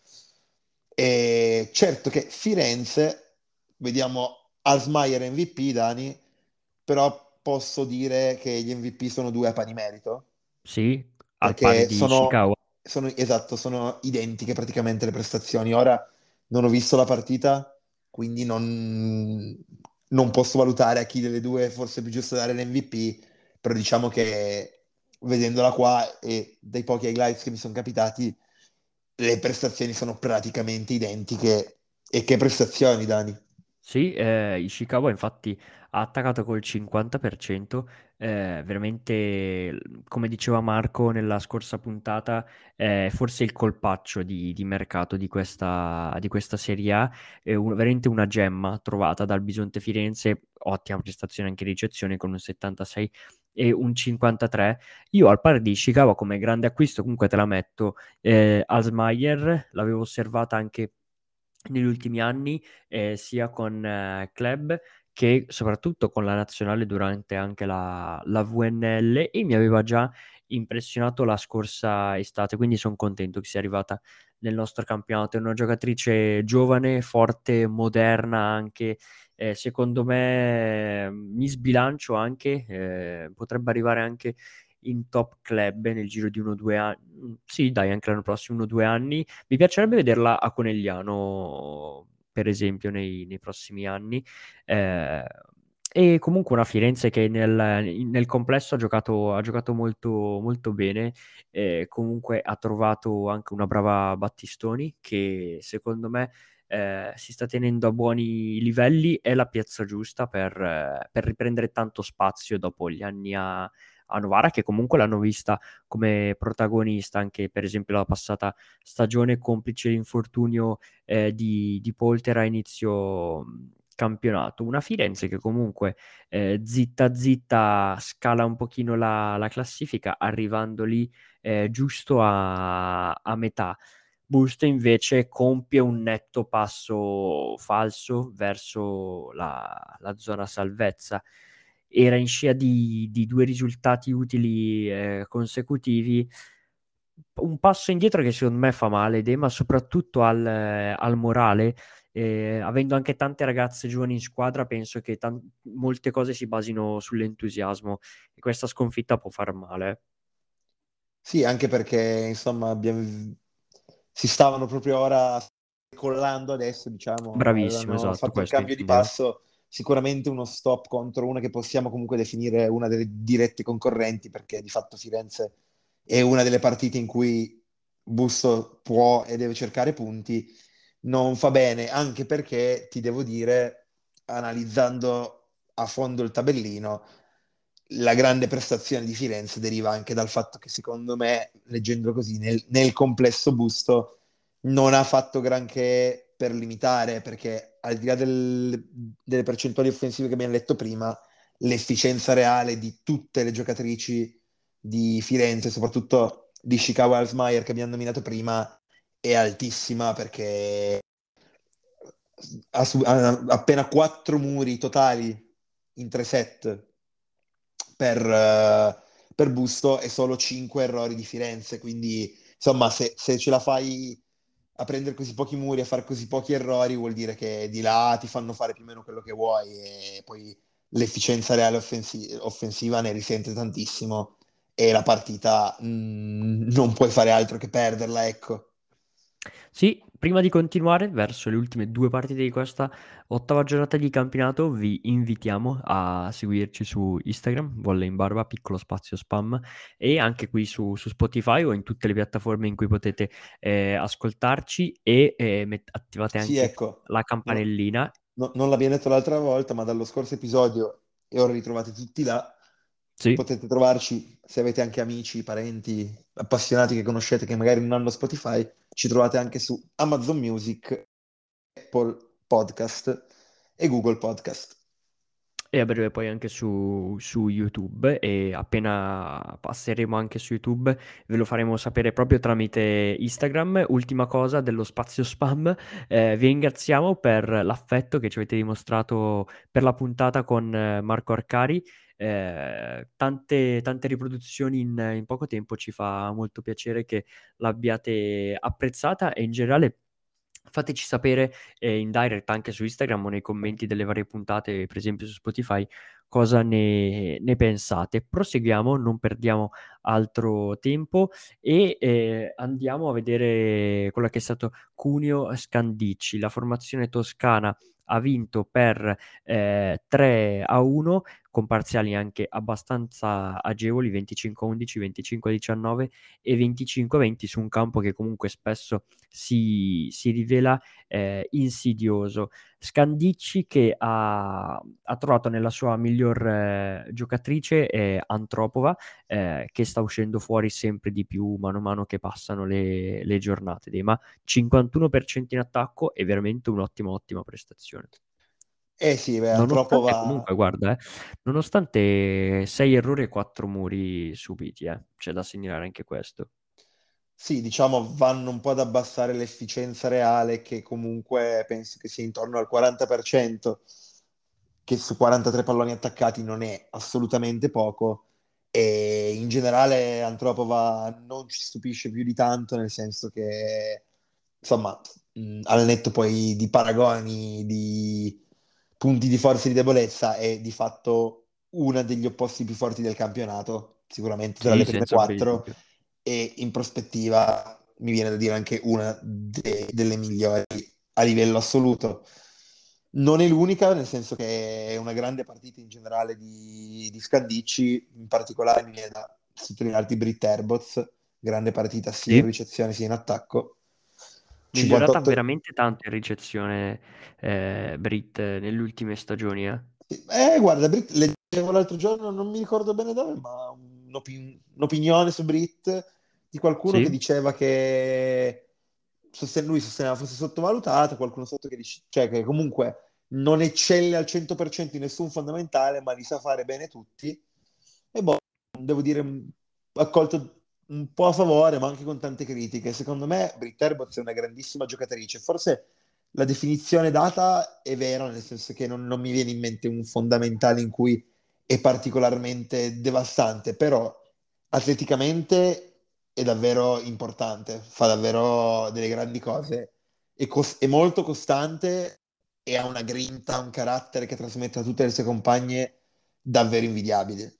E certo che Firenze, vediamo Alsmaier M V P, Dani, però posso dire che gli M V P sono due a pari merito, Sì, al pari perché di Ishikawa. sono, sono, esatto, sono identiche praticamente le prestazioni. Ora non ho visto la partita, quindi non, non posso valutare a chi delle due forse è più giusto dare l'M V P, però diciamo che vedendola qua e dai pochi highlights che mi sono capitati, le prestazioni sono praticamente identiche. E che prestazioni, Dani? Sì, eh, Ishikawa infatti ha attaccato col cinquanta per cento, eh, veramente, come diceva Marco nella scorsa puntata, è forse il colpaccio di, di mercato di questa, di questa Serie A, è un- veramente una gemma trovata dal Bisonte Firenze, ottima prestazione anche in ricezione con un settantasei e un cinquantatré. Io al pari di Ishikawa come grande acquisto comunque te la metto, eh, Alsmaier, l'avevo osservata anche negli ultimi anni, eh, sia con eh, club che soprattutto con la nazionale durante anche la, la V N L, e mi aveva già impressionato la scorsa estate, quindi sono contento che sia arrivata nel nostro campionato. È una giocatrice giovane, forte, moderna anche. Eh, secondo me, eh, mi sbilancio anche, eh, potrebbe arrivare anche in top club nel giro di uno o due anni. Sì, dai, anche l'anno prossimo, uno o due anni. Mi piacerebbe vederla a Conegliano, per esempio, nei, nei prossimi anni. Eh, e comunque una Firenze che nel, nel complesso ha giocato, ha giocato molto, molto bene. Eh, comunque ha trovato anche una brava Battistoni che secondo me eh, si sta tenendo a buoni livelli. È la piazza giusta per, eh, per riprendere tanto spazio dopo gli anni a, a Novara, che comunque l'hanno vista come protagonista anche per esempio la passata stagione, complice l'infortunio eh, di, di Polter a inizio mh, campionato. Una Firenze che comunque eh, zitta zitta scala un pochino la, la classifica, arrivando lì eh, giusto a, a metà. Busto invece compie un netto passo falso verso la, la zona salvezza. Era in scia di, di due risultati utili eh, consecutivi, un passo indietro che secondo me fa male, Ede, ma soprattutto al, eh, al morale. Eh, avendo anche tante ragazze giovani in squadra, penso che tan- molte cose si basino sull'entusiasmo, e questa sconfitta può far male. Sì, anche perché insomma abbiamo- si stavano proprio ora collando adesso, diciamo, Bravissimo, avevano esatto, fatto il questo cambio di intendevo. passo, sicuramente uno stop contro una che possiamo comunque definire una delle dirette concorrenti, perché di fatto Firenze è una delle partite in cui Busto può e deve cercare punti, non fa bene, anche perché ti devo dire, analizzando a fondo il tabellino, la grande prestazione di Firenze deriva anche dal fatto che, secondo me, leggendolo così, nel, nel complesso Busto non ha fatto granché per limitare, perché al di là del- delle percentuali offensive che abbiamo letto prima, l'efficienza reale di tutte le giocatrici di Firenze, soprattutto di Chicago Alsmaier che abbiamo nominato prima, è altissima, perché ha, su- ha appena quattro muri totali in tre set per, eh, per Busto e solo cinque errori di Firenze. Quindi, insomma, se, se ce la fai a prendere così pochi muri, a fare così pochi errori, vuol dire che di là ti fanno fare più o meno quello che vuoi, e poi l'efficienza reale offensi- offensiva ne risente tantissimo, e la partita mh, non puoi fare altro che perderla, ecco. Sì, prima di continuare verso le ultime due partite di questa ottava giornata di campionato, vi invitiamo a seguirci su Instagram, Volley in Barba, piccolo spazio spam, e anche qui su, su Spotify o in tutte le piattaforme in cui potete eh, ascoltarci, e eh, met- attivate Sì, anche ecco, la no- campanellina. no- non l'abbiamo detto l'altra volta, ma dallo scorso episodio, e ora li trovate tutti là, Sì. potete trovarci, se avete anche amici, parenti, appassionati che conoscete che magari non hanno Spotify, ci trovate anche su Amazon Music, Apple Podcast e Google Podcast. E a breve poi anche su, su YouTube, e appena passeremo anche su YouTube ve lo faremo sapere proprio tramite Instagram. Ultima cosa dello spazio spam, eh, vi ringraziamo per l'affetto che ci avete dimostrato per la puntata con eh, Marco Arcari. Eh, tante, tante riproduzioni in, in poco tempo, ci fa molto piacere che l'abbiate apprezzata, e in generale fateci sapere eh, in direct anche su Instagram o nei commenti delle varie puntate, per esempio su Spotify, cosa ne, ne pensate. Proseguiamo, non perdiamo altro tempo, e eh, andiamo a vedere quello che è stato Cuneo Scandicci. La formazione toscana ha vinto per eh, tre a uno con parziali anche abbastanza agevoli, venticinque a undici, venticinque a diciannove e venticinque a venti su un campo che comunque spesso si, si rivela eh, insidioso. Scandicci che ha, ha trovato nella sua miglior eh, giocatrice eh, Antropova, eh, che sta uscendo fuori sempre di più mano a mano che passano le, le giornate. Dei, ma cinquantuno per cento in attacco è veramente un'ottima, ottima prestazione. Eh sì, beh, Nonostante Antropova. comunque, guarda, eh, nonostante sei errori e quattro muri subiti, eh, c'è da segnalare anche questo. Sì, diciamo, vanno un po' ad abbassare l'efficienza reale, che comunque penso che sia intorno al quaranta per cento, che su quarantatré palloni attaccati non è assolutamente poco. E in generale Antropova non ci stupisce più di tanto, nel senso che, insomma, mh, al netto poi di paragoni, di punti di forza e di debolezza, è di fatto una degli opposti più forti del campionato, sicuramente tra Sì, le prime senza ombra di quattro, dubbio. e in prospettiva mi viene da dire anche una de- delle migliori a livello assoluto. Non è l'unica, nel senso che è una grande partita in generale di, di Scandicci, in particolare mi viene da sottolinearti Britt Herbots, grande partita sia in Sì, ricezione sia in attacco. migliorata cinquantotto. veramente tanto in ricezione eh, Brit eh, nelle ultime stagioni, eh. Eh, guarda, Britt, leggevo l'altro giorno, non mi ricordo bene dove, ma un'opi- un'opinione su Britt di qualcuno che Sì, diceva che sosten- lui sosteneva fosse sottovalutato, qualcuno sotto che dice, cioè che comunque non eccelle al cento per cento in nessun fondamentale, ma li sa fare bene tutti. E boh, devo dire, mh, accolto un po' a favore, ma anche con tante critiche. Secondo me Britt Herbots è una grandissima giocatrice, forse la definizione data è vera, nel senso che non, non mi viene in mente un fondamentale in cui è particolarmente devastante, però atleticamente è davvero importante, fa davvero delle grandi cose, è, cos- è molto costante e ha una grinta, un carattere che trasmette a tutte le sue compagne davvero invidiabile.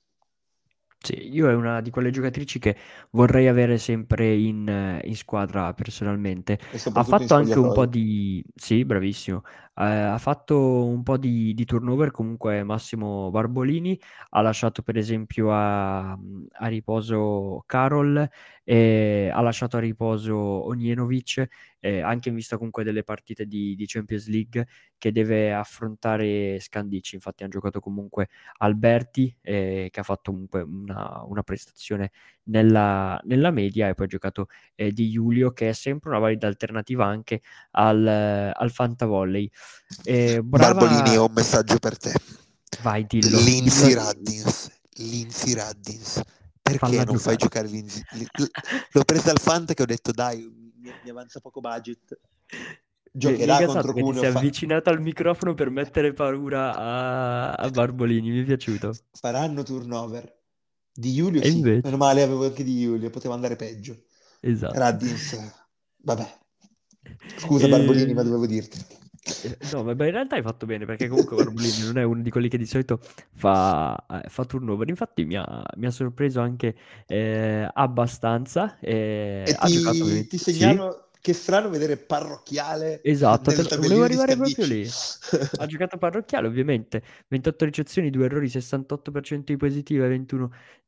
sì, io è una di quelle giocatrici che vorrei avere sempre in, eh, in squadra personalmente. E Ha soprattutto in fatto anche un po' spogliatoio. di... Sì, bravissimo. Eh, ha fatto un po' di, di turnover comunque Massimo Barbolini. Ha lasciato per esempio a, a riposo Carol e ha lasciato a riposo Onienovic, eh, anche in vista comunque delle partite di, di Champions League che deve affrontare Scandicci. Infatti hanno giocato comunque Alberti, eh, che ha fatto comunque una, una prestazione nella, nella media, e poi ha giocato eh, Di Giulio, che è sempre una valida alternativa anche al, al Fantavolley. Eh, Barbolini, brava, ho un messaggio per te. vai, dillo, dillo, Lindsay Raddins, Lindsay Raddins, perché falla non fai giocare. giocare Lindsay? Li- l- L'ho presa al Fant che ho detto dai, mi, mi avanza poco budget, Mi, mi è giocherà casato contro che ti Cuneo, sei fa- avvicinato al microfono per mettere paura a, a Barbolini, mi è piaciuto. faranno turnover. Di Giulio E sì, invece, meno male avevo anche di Giulio, poteva andare peggio. esatto. Raddins, vabbè, scusa Barbolini, ma E... dovevo dirti. Eh, No, ma ma in realtà hai fatto bene perché comunque Barbolini non è uno di quelli che di solito fa, eh, fa turnover. Infatti mi ha, mi ha sorpreso anche eh, abbastanza. Eh, E ha giocato ti, ovviamente. ti Sì, segnalo che strano vedere Parrocchiale esatto, te nel lo- volevo tabellino di arrivare proprio Scandicci. lì. Ha giocato parrocchiale, ovviamente. ventotto ricezioni, due errori, sessantotto per cento di positiva, ventuno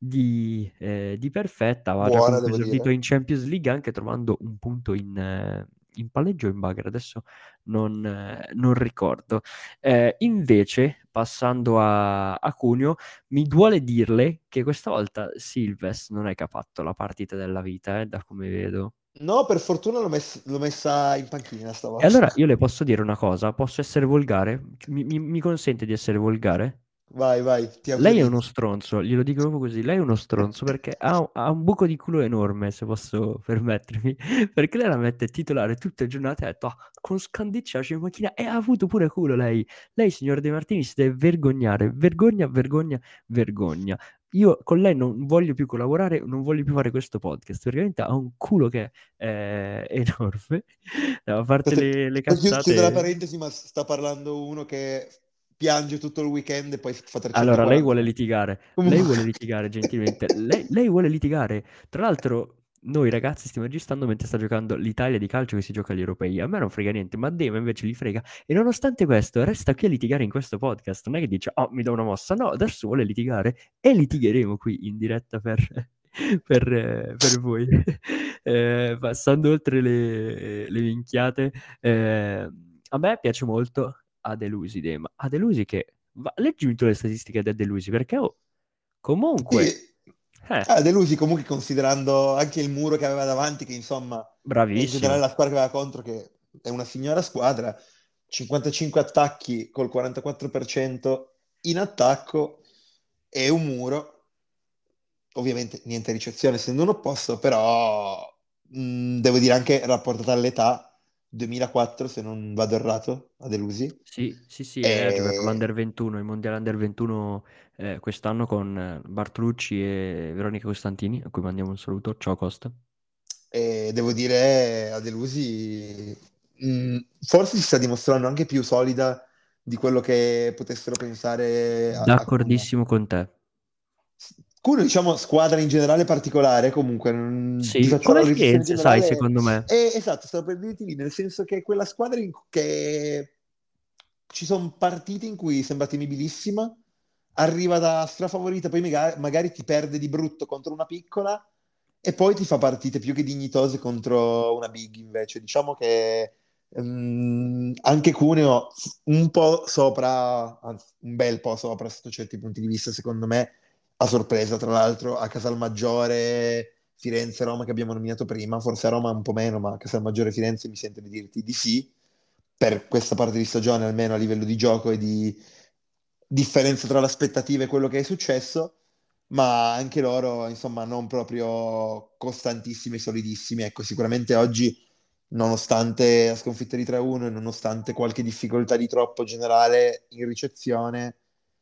di, eh, di perfetta. Aveva già Buona, comunque devo esordito dire. in Champions League anche trovando un punto in, eh, in palleggio o in bagger. Adesso non, eh, non ricordo. Eh, invece, passando a, a Cuneo, mi duole dirle che questa volta Silves non è che ha fatto la partita della vita, eh, da come vedo. No, per fortuna l'ho mess- l'ho messa in panchina E allora stavolta. io le posso dire una cosa, posso essere volgare? Mi, mi- mi consente di essere volgare? Vai, vai, ti Lei è uno autorizzo. stronzo, glielo dico proprio così, lei è uno stronzo perché ha, ha un buco di culo enorme, se posso permettermi, perché lei la mette titolare tutte le giornate e ha detto, "Ah, con Scandiccia c'è in macchina e ha avuto pure culo lei. Lei, signor De Martini, si deve vergognare, vergogna, vergogna, vergogna. Io con lei non voglio più collaborare, non voglio più fare questo podcast, perché veramente ha un culo che è enorme, a parte Aspetta, le, le poi chiud- chiudo la cazzate. parentesi, ma sta parlando uno che piange tutto il weekend e poi fa Allora, lei trecentoquaranta vuole punti. litigare, lei vuole Comunque, litigare gentilmente, lei, lei vuole litigare. Tra l'altro, noi ragazzi stiamo registrando mentre sta giocando l'Italia di calcio che si gioca agli europei. A me non frega niente, ma a Dema invece gli frega. E nonostante questo, resta qui a litigare in questo podcast. Non è che dice, oh, mi do una mossa. No, adesso vuole litigare e litigheremo qui in diretta per, per, eh, per voi. Eh, passando oltre le, le minchiate, eh, a me piace molto Adelusi Dema. Adelusi che... Va, leggimi tu le statistiche di Adelusi, perché oh, comunque... Sì, Eh, ah, delusi comunque considerando anche il muro che aveva davanti, che insomma, e in generale bravissimo. la squadra che aveva contro, che è una signora squadra, cinquantacinque attacchi col quarantaquattro per cento in attacco e un muro, ovviamente niente ricezione essendo un opposto, però mh, devo dire anche rapportata all'età, duemilaquattro se non vado errato, a Delusi. Sì, sì, sì, lei ha giocato E l'Under ventuno, il mondiale Under ventuno eh, quest'anno con eh, Bartolucci e Veronica Costantini, a cui mandiamo un saluto. Ciao Costa. E devo dire, a Delusi, mh, forse si sta dimostrando anche più solida di quello che potessero pensare a, a Cuneo. D'accordissimo con te. Cuneo, diciamo, squadra in generale particolare, comunque, non- ti Sì, faccio la come valutazione Firenze, sai, generale. secondo me. E, esatto, stavo per dirti lì, nel senso che è quella squadra in che ci sono partite in cui sembra temibilissima, arriva da strafavorita, poi magari, magari ti perde di brutto contro una piccola e poi ti fa partite più che dignitose contro una big invece. Diciamo che ehm, anche Cuneo un po' sopra, anzi un bel po' sopra sotto certi punti di vista, secondo me, a sorpresa, tra l'altro, a Casalmaggiore, Firenze, Roma che abbiamo nominato prima, forse a Roma un po' meno, ma a Casalmaggiore e Firenze mi sento di dirti di sì, per questa parte di stagione, almeno a livello di gioco e di differenza tra l'aspettativa e quello che è successo, ma anche loro, insomma, non proprio costantissimi e solidissimi. Ecco, sicuramente oggi, nonostante la sconfitta di tre a uno e nonostante qualche difficoltà di troppo generale in ricezione,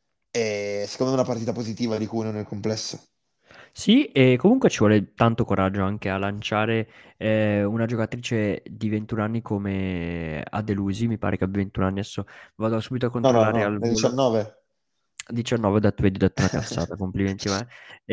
è secondo me una partita positiva di Cuneo nel complesso. Sì, e comunque ci vuole tanto coraggio anche a lanciare eh, una giocatrice di ventuno anni come Adelusi, mi pare che abbia ventuno anni, adesso vado subito a No, no, controllare no, al nel volo. diciannove. diciannove, ho detto, vedi, ho detto una cazzata, complimenti a me.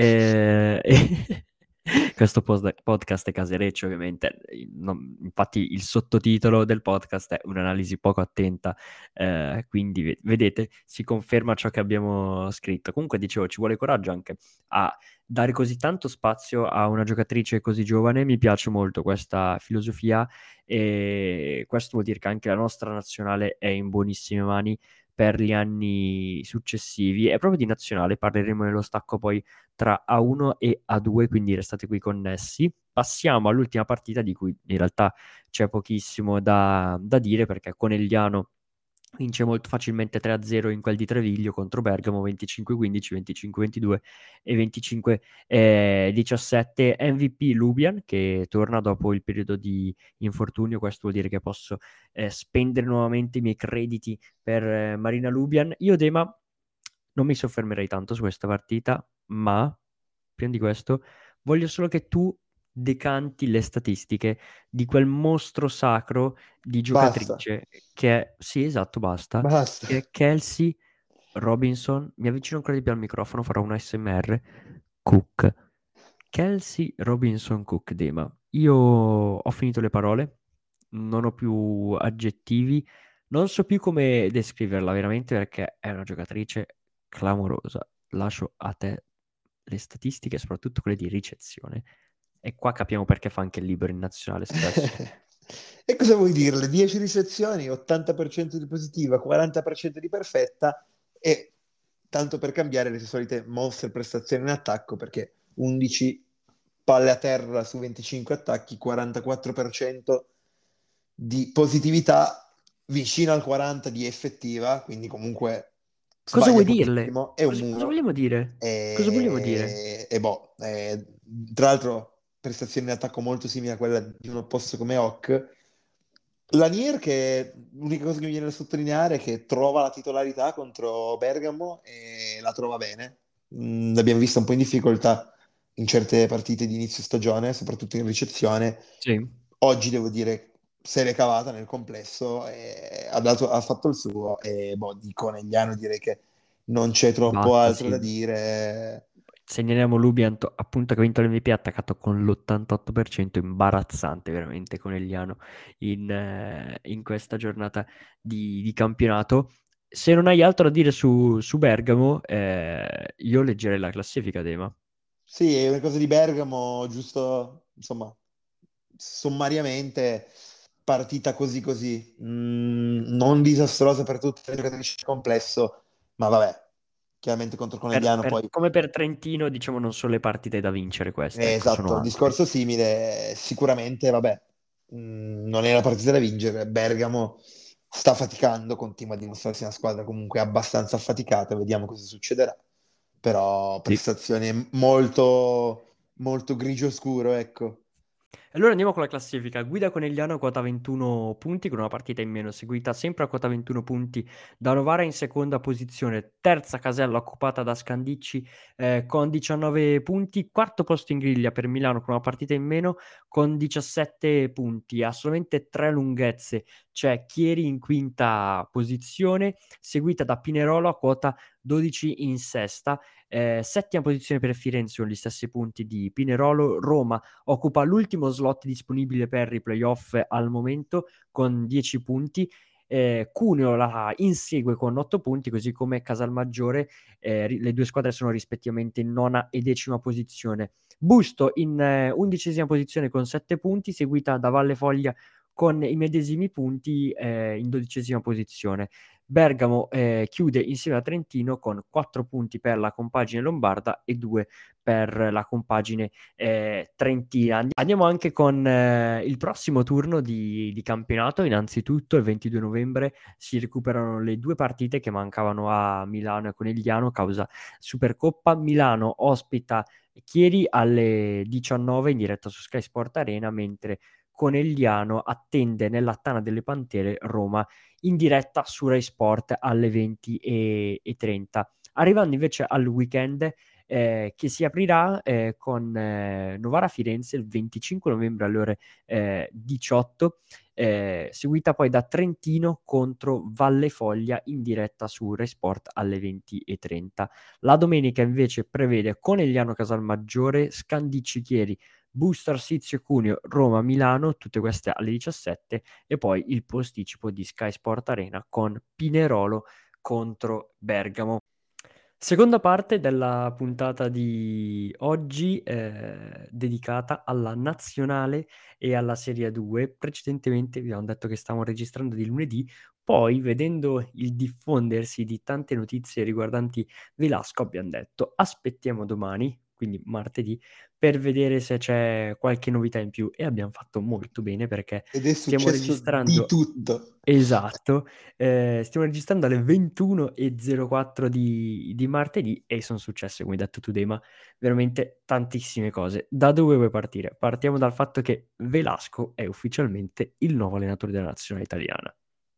Eh, e- Questo post- podcast è casereccio, ovviamente. Non- infatti, il sottotitolo del podcast è un'analisi poco attenta, eh, quindi ve- vedete, si conferma ciò che abbiamo scritto. Comunque, dicevo, ci vuole coraggio anche a dare così tanto spazio a una giocatrice così giovane. Mi piace molto questa filosofia, e questo vuol dire che anche la nostra nazionale è in buonissime mani per gli anni successivi. E proprio di nazionale parleremo nello stacco poi tra A uno e A due, quindi restate qui connessi. Passiamo all'ultima partita di cui in realtà c'è pochissimo da, da dire, perché Conegliano vince molto facilmente tre a zero in quel di Treviglio contro Bergamo, venticinque a quindici, venticinque a ventidue e venticinque a diciassette. M V P Lubian che torna dopo il periodo di infortunio. Questo vuol dire che posso eh, spendere nuovamente i miei crediti per eh, Marina Lubian. Io, Dema, non mi soffermerei tanto su questa partita, ma prima di questo voglio solo che tu decanti le statistiche di quel mostro sacro di Basta, giocatrice che è, sì, esatto, basta, basta. che è Kelsey Robinson. Mi avvicino ancora di più al microfono, farò un A S M R. Cook. Kelsey Robinson Cook, Dema. Io ho finito le parole, non ho più aggettivi, non so più come descriverla veramente perché è una giocatrice clamorosa. Lascio a te le statistiche, soprattutto quelle di ricezione. E qua capiamo perché fa anche il libero in nazionale spesso. E cosa vuoi dirle? dieci ricezioni, ottanta per cento di positiva, quaranta per cento di perfetta e tanto per cambiare le sue solite mostre prestazioni in attacco perché undici palle a terra su venticinque attacchi, quarantaquattro per cento di positività, vicino al quaranta di effettiva, quindi comunque Cosa sbaglia vuoi dirle? pochissimo, è un Cosa, cosa muro. vogliamo dire? Cosa vogliamo dire? E, e boh, eh, tra l'altro prestazioni in attacco molto simili a quella di un opposto come Hock. Lanier che l'unica cosa che mi viene da sottolineare è che trova la titolarità contro Bergamo e la trova bene. Mm, l'abbiamo vista un po' in difficoltà in certe partite di inizio stagione, soprattutto in ricezione. Sì, Oggi devo dire se l'è cavata nel complesso, e ha, dato- ha fatto il suo e boh, di Conegliano direi che non c'è troppo basta, altro da sì. dire. Segnaliamo Lubiant appunto che ha vinto l'M V P attaccato con l'ottantotto per cento, imbarazzante veramente Conegliano in, eh, in questa giornata di, di campionato. Se non hai altro da dire su, su Bergamo, eh, io leggerei la classifica, Dema. Sì, è una cosa di Bergamo, giusto, insomma, sommariamente partita così così. Mm, non disastrosa per tutte le giocatrici del complesso, ma vabbè, chiaramente contro Per- Conegliano per- poi. come per Trentino, diciamo, non sono le partite da vincere queste, Eh, ecco, sono esatto, altre. discorso simile, sicuramente, vabbè, mm, non è la partita da vincere. Bergamo sta faticando, continua a dimostrarsi una squadra comunque abbastanza affaticata, vediamo cosa succederà. Però Sì. prestazione molto, molto grigio scuro, ecco. Allora andiamo con la classifica. Guida Conegliano a quota ventuno punti con una partita in meno, seguita sempre a quota ventuno punti da Novara in seconda posizione, terza casella occupata da Scandicci eh, con diciannove punti, quarto posto in griglia per Milano con una partita in meno con diciassette punti, ha solamente tre lunghezze, c'è Chieri in quinta posizione, seguita da Pinerolo a quota dodici in sesta, eh, settima posizione per Firenze con gli stessi punti di Pinerolo, Roma occupa l'ultimo slot disponibile per i playoff al momento con dieci punti. Eh, Cuneo la insegue con otto punti, così come Casalmaggiore. Eh, ri- le due squadre sono rispettivamente in nona e decima posizione. Busto in eh, undicesima posizione con sette punti, seguita da Valle Foglia con i medesimi punti eh, in dodicesima posizione. Bergamo eh, chiude insieme a Trentino con quattro punti per la compagine lombarda e due per la compagine eh, trentina. Andiamo anche con eh, il prossimo turno di, di campionato. Innanzitutto, il ventidue novembre si recuperano le due partite che mancavano a Milano e Conegliano causa Supercoppa. Milano ospita Chieri alle diciannove in diretta su Sky Sport Arena, mentre Conegliano attende nella Tana delle Pantere Roma in diretta su Rai Sport alle venti e trenta. Arrivando invece al weekend, eh, che si aprirà eh, con eh, Novara Firenze il venticinque novembre alle ore eh, diciotto, eh, seguita poi da Trentino contro Valle Foglia in diretta su Resport alle venti e trenta. La domenica invece prevede Conegliano Casalmaggiore, Scandicci Chieri, Busto Arsizio Cuneo, Roma Milano, tutte queste alle diciassette, e poi il posticipo di Sky Sport Arena con Pinerolo contro Bergamo. Seconda parte della puntata di oggi, eh, dedicata alla nazionale e alla Serie due. Precedentemente vi abbiamo detto che stavamo registrando di lunedì, poi vedendo il diffondersi di tante notizie riguardanti Velasco abbiamo detto aspettiamo domani, quindi martedì, per vedere se c'è qualche novità in più, e abbiamo fatto molto bene perché Ed è stiamo successo di registrando. tutto. Esatto, eh, stiamo registrando alle ventuno e zero quattro di, di martedì e sono successe, come hai detto tu, Dema, veramente tantissime cose. Da dove vuoi partire? Partiamo dal fatto che Velasco è ufficialmente il nuovo allenatore della nazionale italiana.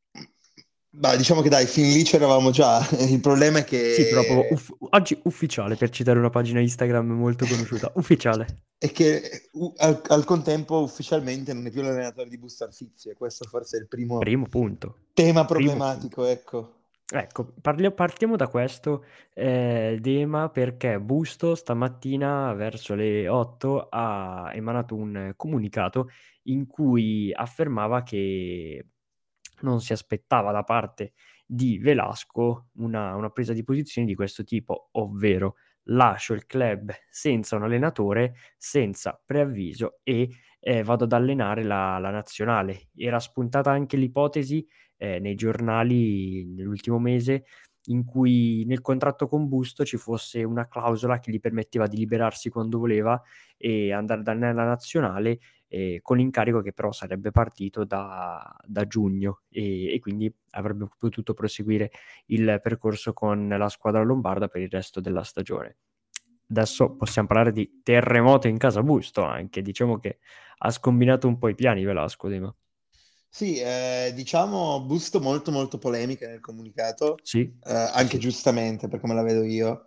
Ma diciamo che dai, fin lì c'eravamo già. Il problema è Sì, però proprio che, uff- oggi ufficiale, per citare una pagina Instagram molto conosciuta, ufficiale. è che u- al, al contempo ufficialmente non è più l'allenatore di Busto Arsizio, e questo forse è il primo Primo punto. tema Primo punto. problematico, ecco. Ecco, parli- partiamo da questo eh, tema perché Busto stamattina verso le otto ha emanato un comunicato in cui affermava che non si aspettava da parte di Velasco una, una presa di posizione di questo tipo, ovvero lascio il club senza un allenatore, senza preavviso e eh, vado ad allenare la, la nazionale. Era spuntata anche l'ipotesi eh, nei giornali nell'ultimo mese in cui nel contratto con Busto ci fosse una clausola che gli permetteva di liberarsi quando voleva e andare ad allenare la nazionale, eh, con l'incarico che però sarebbe partito da, da giugno e, e quindi avrebbe potuto proseguire il percorso con la squadra lombarda per il resto della stagione. Adesso possiamo parlare di terremoto in casa Busto anche, diciamo che ha scombinato un po' i piani Velasco, Dima. Sì, eh, diciamo Busto molto molto polemica nel comunicato, Sì, eh, sì, anche sì. giustamente per come la vedo io,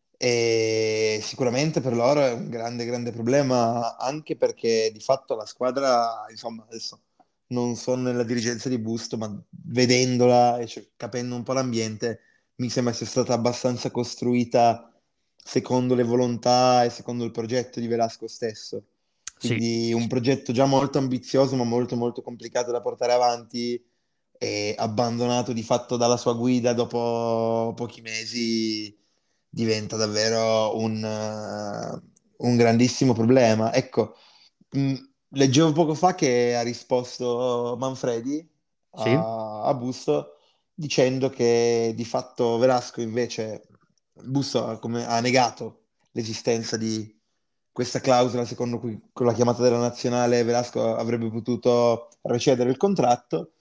e sicuramente per loro è un grande grande problema, anche perché di fatto la squadra, insomma, adesso non sono nella dirigenza di Busto, ma vedendola e cioè, capendo un po' l'ambiente, mi sembra sia stata abbastanza costruita secondo le volontà e secondo il progetto di Velasco stesso. Sì, Quindi un progetto già molto ambizioso, ma molto molto complicato da portare avanti e abbandonato di fatto dalla sua guida dopo pochi mesi diventa davvero un, eh, un grandissimo problema. Ecco, mh, leggevo poco fa che ha risposto Manfredi sì, a, a Busto dicendo che di fatto Velasco invece, Busto ha, come- ha negato l'esistenza di questa clausola secondo cui con la chiamata della nazionale Velasco avrebbe potuto recedere il contratto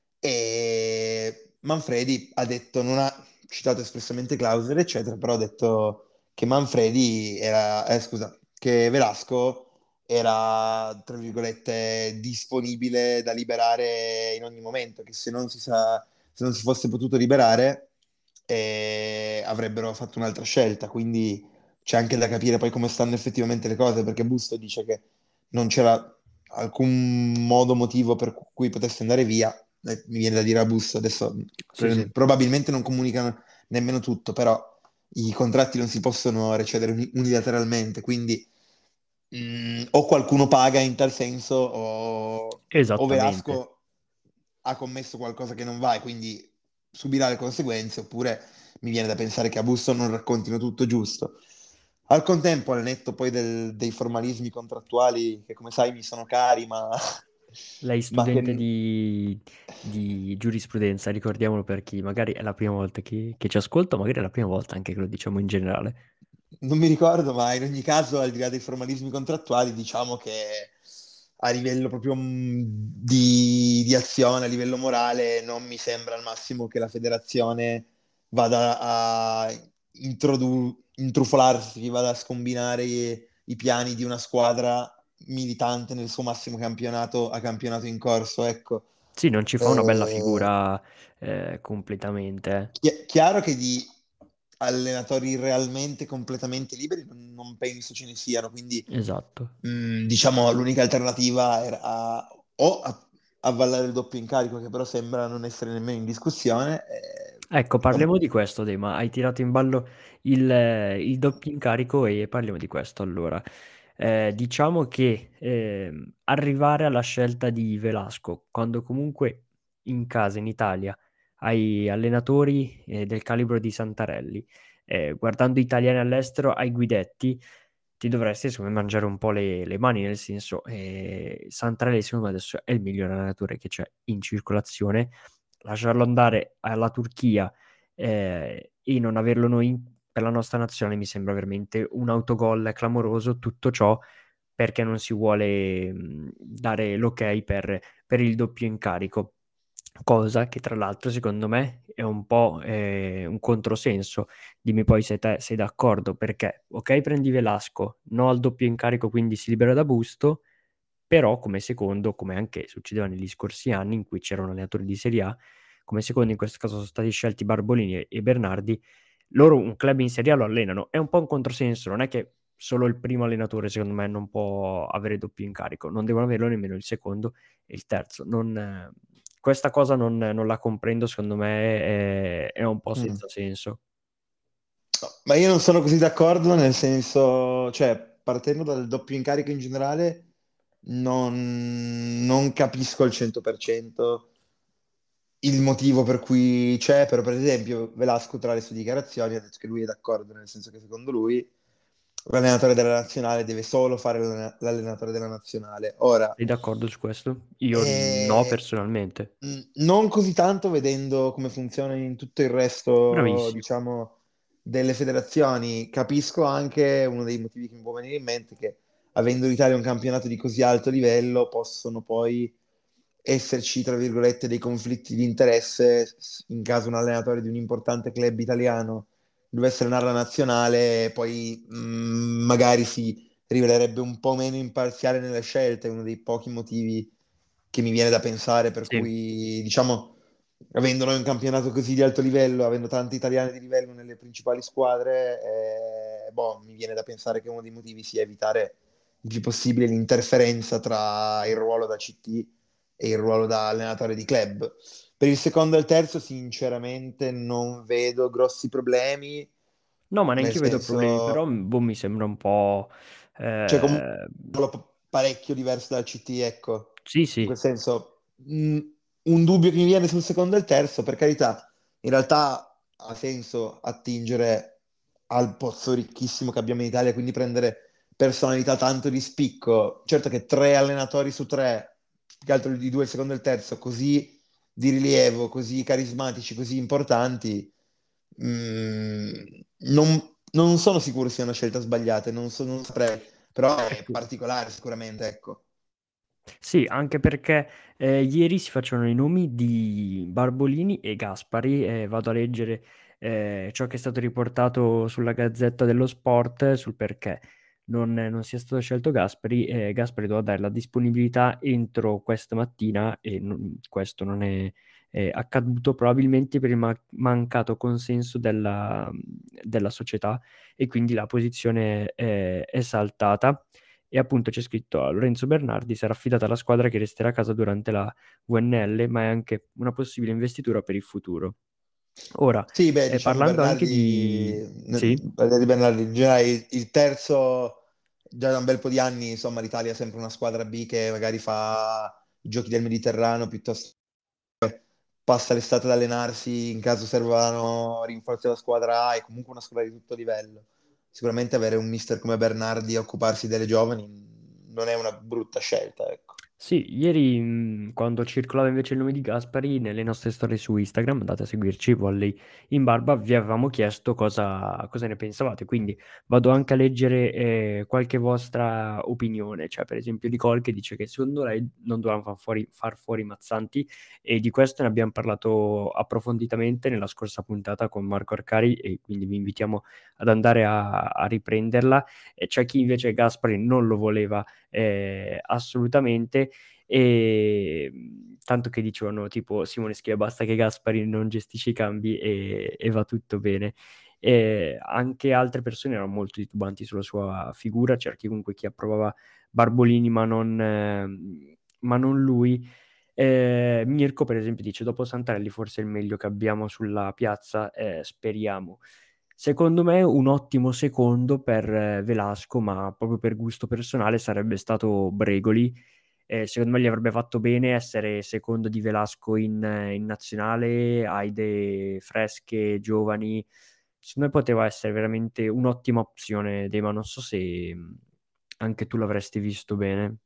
e Manfredi ha detto, non ha citato espressamente clausole, eccetera, però ha detto che Manfredi era, eh, scusa, che Velasco era, tra virgolette, disponibile da liberare in ogni momento, che se non si sa, se non si fosse potuto liberare eh, avrebbero fatto un'altra scelta, quindi c'è anche da capire poi come stanno effettivamente le cose, perché Busto dice che non c'era alcun modo, motivo per cui potesse andare via. Eh, mi viene da dire a Busto, adesso sì, sì. pre- probabilmente non comunicano nemmeno tutto, però i contratti non si possono recedere uni- unilateralmente, quindi mh, o qualcuno paga in tal senso o, o Esattamente. Velasco ha commesso qualcosa che non va e quindi subirà le conseguenze, oppure mi viene da pensare che a Busto non raccontino tutto giusto. Al contempo, al netto poi del- dei formalismi contrattuali, che come sai mi sono cari, ma, Lei ma studente che di, di giurisprudenza, ricordiamolo per chi magari è la prima volta che, che ci ascolta, magari è la prima volta anche che lo diciamo in generale. non mi ricordo, ma in ogni caso, al di là dei formalismi contrattuali, diciamo che a livello proprio mh, di, di azione, a livello morale, non mi sembra al massimo che la federazione vada a introdu- intrufolarsi, vada a scombinare i, i piani di una squadra militante nel suo massimo campionato a campionato in corso. Ecco. Sì, non ci fa una bella Eh, figura eh, completamente. chi- chiaro che di allenatori realmente completamente liberi non, non penso ce ne siano, quindi Esatto. mh, diciamo l'unica alternativa era a- o a- avvallare il doppio incarico, che però sembra non essere nemmeno in discussione. eh, Ecco, o- parliamo di questo, Dei, ma hai tirato in ballo il, eh, il doppio incarico e parliamo di questo allora. Eh, diciamo che ehm, arrivare alla scelta di Velasco, quando comunque in casa, in Italia, hai allenatori eh, del calibro di Santarelli, eh, guardando italiani all'estero, hai Guidetti, ti dovresti secondo me mangiare un po' le, le mani, nel senso, eh, Santarelli secondo me adesso è il miglior allenatore che c'è in circolazione, lasciarlo andare alla Turchia eh, e non averlo noi in- per la nostra nazionale mi sembra veramente un autogol clamoroso. Tutto ciò perché non si vuole mh, dare l'ok per, per il doppio incarico, cosa che tra l'altro secondo me è un po' eh, un controsenso. Dimmi poi se te sei d'accordo, perché ok, prendi Velasco, no al doppio incarico, quindi si libera da Busto, però come secondo, come anche succedeva negli scorsi anni in cui c'erano allenatori di Serie A, come secondo in questo caso sono stati scelti Barbolini e, e Bernardi, loro un club in Serie A lo allenano. È un po' un controsenso, non è che solo il primo allenatore secondo me non può avere doppio incarico, non devono averlo nemmeno il secondo e il terzo. Non, eh, questa cosa non, non la comprendo, secondo me è, è un po' mm. senza senso. Ma io non sono così d'accordo, nel senso, cioè, partendo dal doppio incarico in generale, non, non capisco al cento per cento il motivo per cui c'è, però per esempio Velasco tra le sue dichiarazioni ha detto che lui è d'accordo, nel senso che secondo lui l'allenatore della nazionale deve solo fare l'allen- l'allenatore della nazionale. Ora, Sei d'accordo su questo? Io no, eh, personalmente. mh, non così tanto vedendo come funziona in tutto il resto, Bravissimo. diciamo, delle federazioni, capisco anche uno dei motivi che mi può venire in mente che avendo l'Italia un campionato di così alto livello possono poi esserci, tra virgolette, dei conflitti di interesse s- in caso un allenatore di un importante club italiano dovesse allenare la nazionale, poi mh, magari si rivelerebbe un po' meno imparziale nelle scelte, è uno dei pochi motivi che mi viene da pensare per Sì, cui, diciamo, avendo noi un campionato così di alto livello, avendo tanti italiani di livello nelle principali squadre, eh, boh, mi viene da pensare che uno dei motivi sia evitare il più possibile l'interferenza tra il ruolo da C T e il ruolo da allenatore di club. Per il secondo e il terzo, sinceramente, non vedo grossi problemi. No, ma nel neanche io vedo problemi, senso, però boh, mi sembra un po'... cioè comunque eh, parecchio diverso dal C T, ecco. Sì, In quel sì, senso, mh, un dubbio che mi viene sul secondo e il terzo, per carità, in realtà ha senso attingere al pozzo ricchissimo che abbiamo in Italia, quindi prendere personalità tanto di spicco. Certo che tre allenatori su tre, più che altro di due, il secondo e il terzo, così di rilievo, così carismatici, così importanti, mh, non, non sono sicuro sia una scelta sbagliata, non, so- non saprei, però è ecco. particolare sicuramente, ecco. Sì, anche perché eh, ieri si facevano i nomi di Barbolini e Gaspari e vado a leggere eh, ciò che è stato riportato sulla Gazzetta dello Sport sul perché non, non sia stato scelto Gaspari. Eh, Gaspari doveva dare la disponibilità entro questa mattina e non- questo non è eh, accaduto probabilmente per il ma- mancato consenso della, della società e quindi la posizione è, è saltata. E appunto c'è scritto a Lorenzo Bernardi sarà affidata alla squadra che resterà a casa durante la V N L, ma è anche una possibile investitura per il futuro. Ora, Sì, beh, eh, diciamo parlando anche di... Bernardi, Sì, n- parliamo di Bernardi, in generale il, il terzo, già da un bel po' di anni, insomma, l'Italia è sempre una squadra B che magari fa i giochi del Mediterraneo piuttosto passa l'estate ad allenarsi in caso servano rinforzi della squadra A, è comunque una squadra di tutto livello. Sicuramente avere un mister come Bernardi a occuparsi delle giovani non è una brutta scelta, ecco. sì, ieri mh, quando circolava invece il nome di Gaspari nelle nostre storie su Instagram, andate a seguirci, Volley in Barba, vi avevamo chiesto cosa, cosa ne pensavate, quindi vado anche a leggere eh, qualche vostra opinione, cioè per esempio Nicole che dice che secondo lei non dovevamo far fuori, far fuori Mazzanti e di questo ne abbiamo parlato approfonditamente nella scorsa puntata con Marco Arcari e quindi vi invitiamo ad andare a, a riprenderla. E c'è chi invece Gaspari non lo voleva eh, assolutamente. E mh, tanto che dicevano tipo Simone Schia basta che Gaspari non gestisce i cambi e, e va tutto bene. E anche altre persone erano molto titubanti sulla sua figura, c'era chi comunque chi approvava Barbolini ma non, ehm, ma non lui. Eh, Mirko, per esempio, dice: Dopo Santarelli, forse è il meglio che abbiamo sulla piazza. Eh, speriamo. Secondo me, un ottimo secondo per eh, Velasco, ma proprio per gusto personale, sarebbe stato Bregoli. Eh, secondo me gli avrebbe fatto bene essere secondo di Velasco in, eh, in nazionale, ha idee fresche, giovani. Secondo me poteva essere veramente un'ottima opzione, Dei, ma non so se mh, anche tu l'avresti visto bene.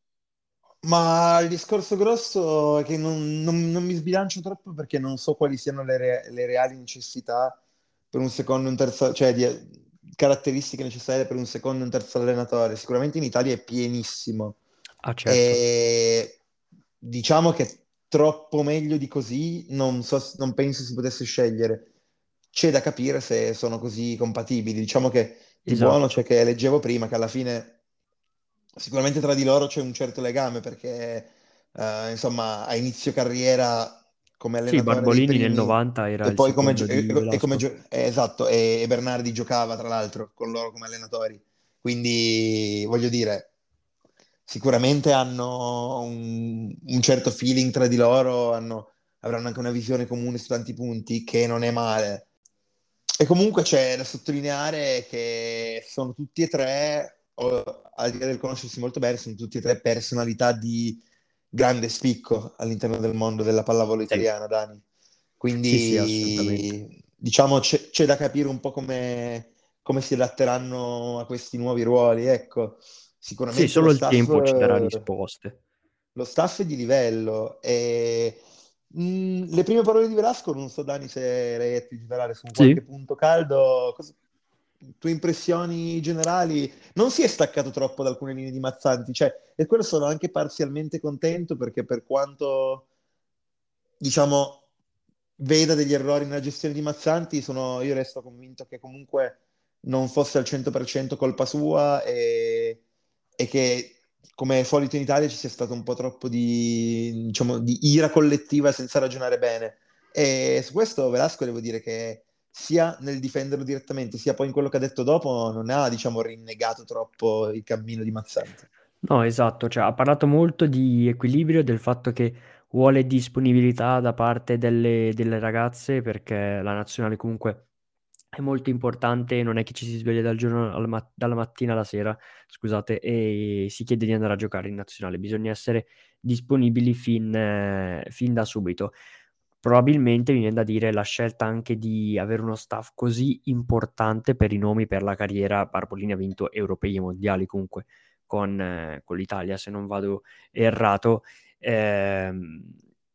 Ma il discorso grosso è che non, non- non mi sbilancio troppo perché non so quali siano le, re- le reali necessità per un secondo e un terzo, cioè di caratteristiche necessarie per un secondo e un terzo allenatore. Sicuramente in Italia è pienissimo Ah, certo. e diciamo che troppo meglio di così non so, non penso si potesse scegliere. C'è da capire se sono così compatibili. Diciamo che di buono c'è Esatto. che leggevo prima che alla fine sicuramente tra di loro c'è un certo legame perché eh, insomma a inizio carriera come Sì, allenatore dei Barbolini nel primi novanta era e il poi come, gio- secondo e, di e- e come Velasco. gio- eh, esatto e, e Bernardi giocava tra l'altro con loro come allenatori. Quindi voglio dire, sicuramente hanno un, un certo feeling tra di loro, hanno- avranno anche una visione comune su tanti punti che non è male. E comunque c'è da sottolineare che sono tutti e tre, o- al di là del conoscersi molto bene, sono tutti e tre personalità di grande spicco all'interno del mondo della pallavolo Sì, italiana, Dani. sì, sì, assolutamente. Quindi diciamo c'è c'è da capire un po' come, come si adatteranno a questi nuovi ruoli. Ecco, Sì, sicuramente lo solo il staff, tempo ci darà eh, risposte. lo staff è di livello e mh, le prime parole di Velasco, non so Dani se lei è titolare su un qualche Sì? punto caldo, cosa- tue impressioni generali? Non si è staccato troppo da alcune linee di Mazzanti, cioè, e quello sono anche parzialmente contento perché per quanto, diciamo, veda degli errori nella gestione di Mazzanti, sono, io resto convinto che comunque non fosse al cento per cento colpa sua e, e che come è solito in Italia ci sia stato un po' troppo di, diciamo, di ira collettiva senza ragionare bene. E su questo Velasco devo dire che sia nel difenderlo direttamente, sia poi in quello che ha detto dopo, non ha, diciamo, rinnegato troppo il cammino di Mazzanti. No, esatto, cioè ha parlato molto di equilibrio, del fatto che vuole disponibilità da parte delle, delle ragazze perché la nazionale comunque è molto importante, non è che ci si sveglia dal giorno alla ma- dalla mattina alla sera, scusate, e si chiede di andare a giocare in nazionale, bisogna essere disponibili fin, eh, fin da subito. Probabilmente mi viene da dire la scelta anche di avere uno staff così importante per i nomi, per la carriera. Barbolini ha vinto europei e mondiali comunque con, eh, con l'Italia, se non vado errato. Ehm,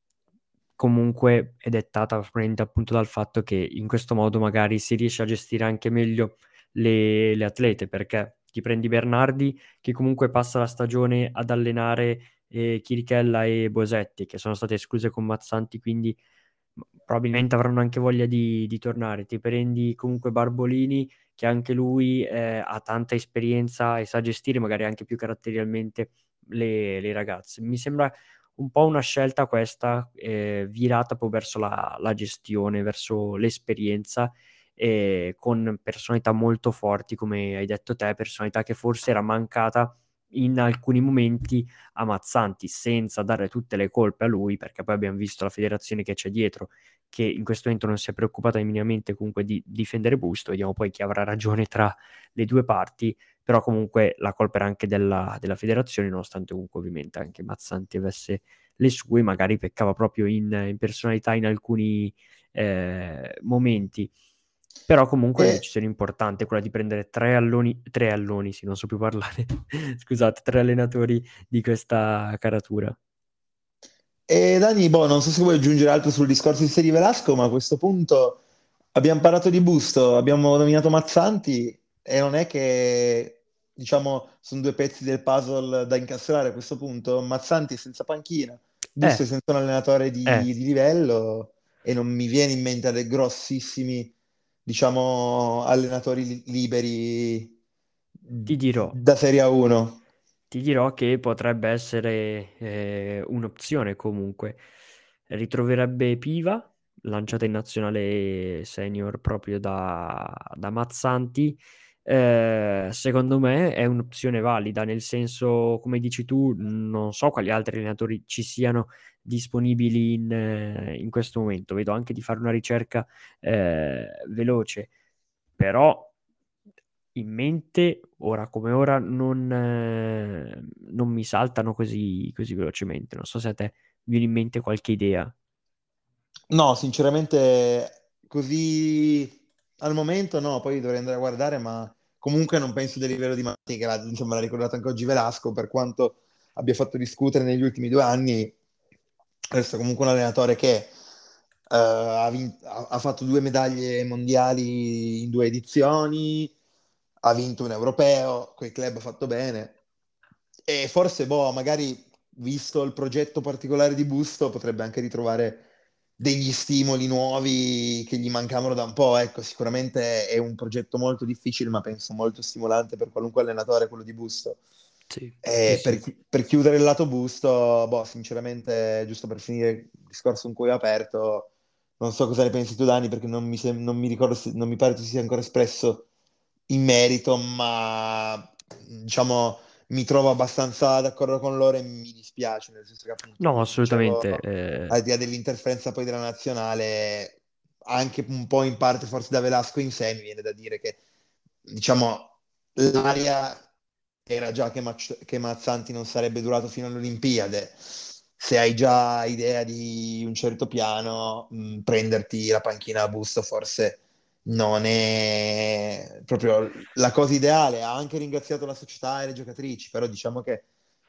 Comunque è dettata probabilmente appunto dal fatto che in questo modo magari si riesce a gestire anche meglio le, le atlete, perché ti prendi Bernardi che comunque passa la stagione ad allenare eh, Chirichella e Bosetti, che sono state escluse con Mazzanti, quindi probabilmente avranno anche voglia di, di tornare. Ti prendi comunque Barbolini, che anche lui eh, ha tanta esperienza e sa gestire magari anche più caratterialmente le, le ragazze. Mi sembra un po' una scelta questa eh, virata poi verso la, la gestione, verso l'esperienza, eh, con personalità molto forti, come hai detto te, personalità che forse era mancata in alcuni momenti a Mazzanti, senza dare tutte le colpe a lui, perché poi abbiamo visto la federazione che c'è dietro, che in questo momento non si è preoccupata minimamente comunque di difendere Busto, vediamo poi chi avrà ragione tra le due parti, però comunque la colpa era anche della, della federazione, nonostante comunque ovviamente anche Mazzanti avesse le sue, magari peccava proprio in, in personalità in alcuni eh, momenti. Però comunque E, è una decisione importante quella di prendere tre alloni, tre alloni, sì, non so più parlare, scusate, tre allenatori di questa caratura. e Dani, boh, non so se vuoi aggiungere altro sul discorso di Seri Velasco, ma a questo punto abbiamo parlato di Busto, abbiamo nominato Mazzanti e non è che, diciamo, sono due pezzi del puzzle da incastrare a questo punto. Mazzanti è senza panchina, Busto Eh, è senza un allenatore eh, di, di livello e non mi viene in mente dei grossissimi, diciamo, allenatori li- liberi ti dirò, da Serie A uno. Ti dirò che potrebbe essere eh, un'opzione comunque. Ritroverebbe Piva, lanciata in nazionale senior proprio da, da Mazzanti. Eh, secondo me è un'opzione valida, nel senso, come dici tu, non so quali altri allenatori ci siano disponibili in, eh, in questo momento. Vedo anche di fare una ricerca eh, veloce, però in mente, ora come ora, non, eh, non mi saltano così, così velocemente. Non so se a te viene in mente qualche idea. No, sinceramente così al momento no, poi dovrei andare a guardare, ma comunque non penso del livello di Matti, che l'ha, insomma, l'ha ricordato anche oggi Velasco, per quanto abbia fatto discutere negli ultimi due anni, resta comunque un allenatore che eh, ha, vin- ha- ha fatto due medaglie mondiali in due edizioni, ha vinto un europeo, quel club ha fatto bene e forse, boh, magari visto il progetto particolare di Busto, potrebbe anche ritrovare degli stimoli nuovi che gli mancavano da un po'. Ecco, sicuramente è un progetto molto difficile, ma penso molto stimolante per qualunque allenatore, quello di Busto. Sì, sì, E per, sì. chi- per chiudere il lato Busto, boh, sinceramente, giusto per finire il discorso in cui ho aperto, non so cosa ne pensi tu, Dani, perché non mi, sem- non mi ricordo se- non mi pare tu sia ancora espresso in merito, ma diciamo mi trovo abbastanza d'accordo con loro e mi dispiace, nel senso che appunto, No, come ti dicevo, assolutamente. eh, al di là dell'interferenza poi della nazionale, anche un po' in parte forse da Velasco in sé, mi viene da dire che, diciamo, l'aria era già che, Mac- che Mazzanti non sarebbe durato fino alle Olimpiadi. Se hai già idea di un certo piano, mh, prenderti la panchina a busto forse non è proprio la cosa ideale. Ha anche ringraziato la società e le giocatrici, però diciamo che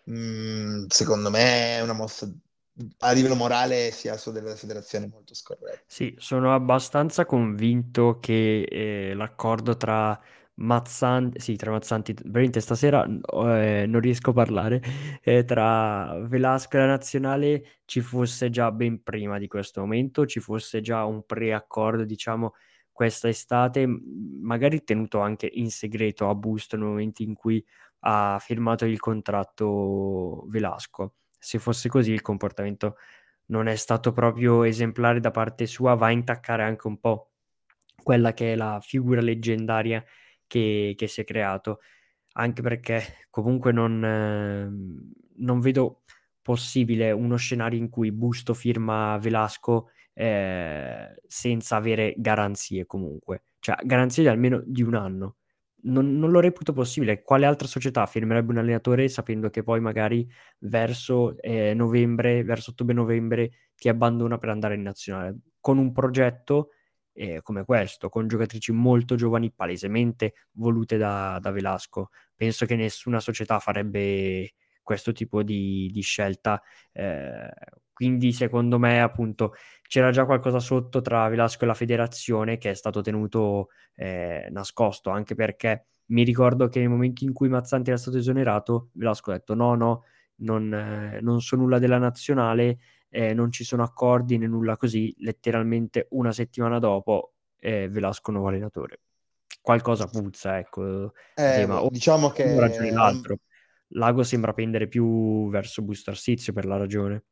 mh, secondo me è una mossa a livello morale sia su della federazione molto scorretta. Sì, sono abbastanza convinto che eh, l'accordo tra Mazzanti, sì, tra Mazzanti, veramente stasera eh, non riesco a parlare, eh, tra Velasco e la nazionale ci fosse già ben prima di questo momento, ci fosse già un preaccordo, diciamo, questa estate, m- magari tenuto anche in segreto a Busto nel momento in cui ha firmato il contratto Velasco. Se fosse così, il comportamento non è stato proprio esemplare da parte sua, va a intaccare anche un po' quella che è la figura leggendaria che, che si è creato, anche perché comunque non, eh, non vedo possibile uno scenario in cui Busto firma Velasco eh, senza avere garanzie comunque, cioè garanzie di almeno di un anno. Non, non lo reputo possibile. Quale altra società firmerebbe un allenatore sapendo che poi magari verso eh, novembre, verso ottobre-novembre ti abbandona per andare in nazionale? Con un progetto eh, come questo, con giocatrici molto giovani, palesemente volute da, da Velasco. Penso che nessuna società farebbe questo tipo di, di scelta. Eh, quindi, secondo me, appunto, c'era già qualcosa sotto tra Velasco e la federazione che è stato tenuto eh, nascosto, anche perché mi ricordo che nel momento in cui Mazzanti era stato esonerato, Velasco ha detto no, no, non, eh, non so nulla della nazionale, eh, non ci sono accordi né nulla così. Letteralmente una settimana dopo, eh, Velasco nuovo allenatore. Qualcosa puzza, ecco, Eh, Dema. boh, O diciamo uno ragione che al- l'altro. Lago sembra pendere più verso Busto Arsizio per la ragione.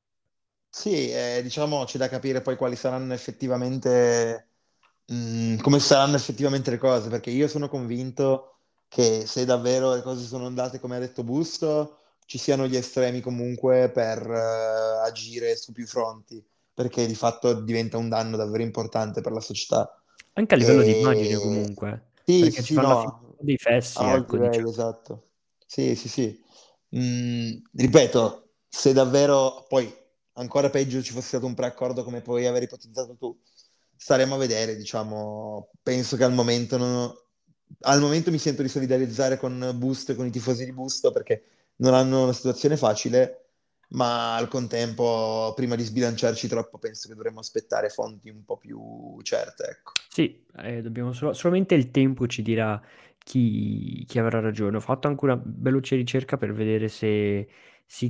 sì, eh, diciamo c'è da capire poi quali saranno effettivamente, mh, come saranno effettivamente le cose, perché io sono convinto che se davvero le cose sono andate come ha detto Busto, ci siano gli estremi comunque per eh, agire su più fronti, perché di fatto diventa un danno davvero importante per la società. Anche a livello di immagine, E comunque. sì, sì, Perché ti sì, fanno la figura no, dei a fessi, molti ecco, livelli, diciamo. esatto. Sì, sì, sì. Mm, ripeto, se davvero poi ancora peggio ci fosse stato un preaccordo come puoi aver ipotizzato tu, staremo a vedere, diciamo. Penso che al momento, non- al momento mi sento di solidarizzare con Busto e con i tifosi di Busto perché non hanno una situazione facile, ma al contempo, prima di sbilanciarci troppo, penso che dovremmo aspettare fonti un po' più certe, ecco. Sì, eh, dobbiamo solo- solamente il tempo ci dirà chi, chi avrà ragione. Ho fatto anche una veloce ricerca per vedere se si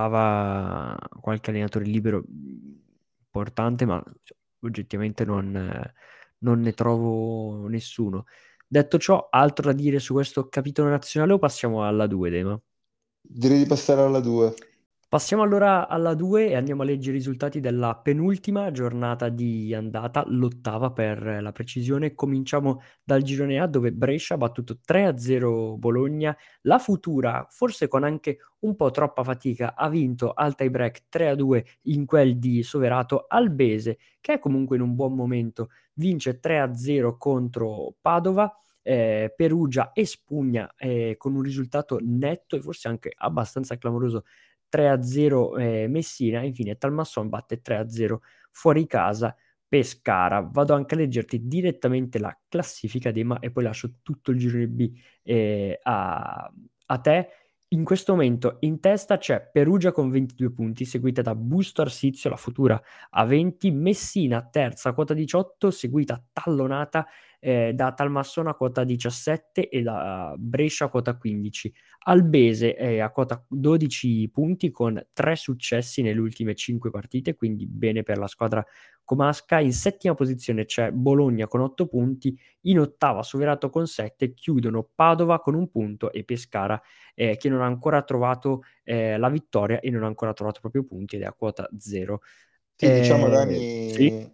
trovava qualche allenatore libero mh, importante, ma cioè, oggettivamente non, eh, non ne trovo nessuno. Detto ciò, altro da dire su questo capitolo nazionale o passiamo alla due, Dema? Direi di passare alla due. Passiamo allora alla due e andiamo a leggere i risultati della penultima giornata di andata, l'ottava per la precisione. Cominciamo dal girone A dove Brescia ha battuto tre a zero Bologna. La Futura, forse con anche un po' troppa fatica, ha vinto al tie break tre a due in quel di Soverato. Albese, che è comunque in un buon momento, vince tre a zero contro Padova. Eh, Perugia espugna eh, con un risultato netto e forse anche abbastanza clamoroso tre a zero eh, Messina, infine Talmasson batte tre a zero fuori casa Pescara. Vado anche a leggerti direttamente la classifica Dema e poi lascio tutto il girone B eh, a, a te. In questo momento in testa c'è Perugia con ventidue punti, seguita da Busto Arsizio, la Futura a venti, Messina terza quota diciotto, seguita tallonata eh, da Talmassona a quota diciassette e da Brescia a quota quindici. Albese è a quota dodici punti con tre successi nelle ultime cinque partite, quindi bene per la squadra comasca. In settima posizione c'è Bologna con otto punti, in ottava Soverato con sette, chiudono Padova con un punto e Pescara eh, che non ha ancora trovato eh, la vittoria e non ha ancora trovato proprio punti ed è a quota zero. Sì, diciamo Eh, sì, Dani,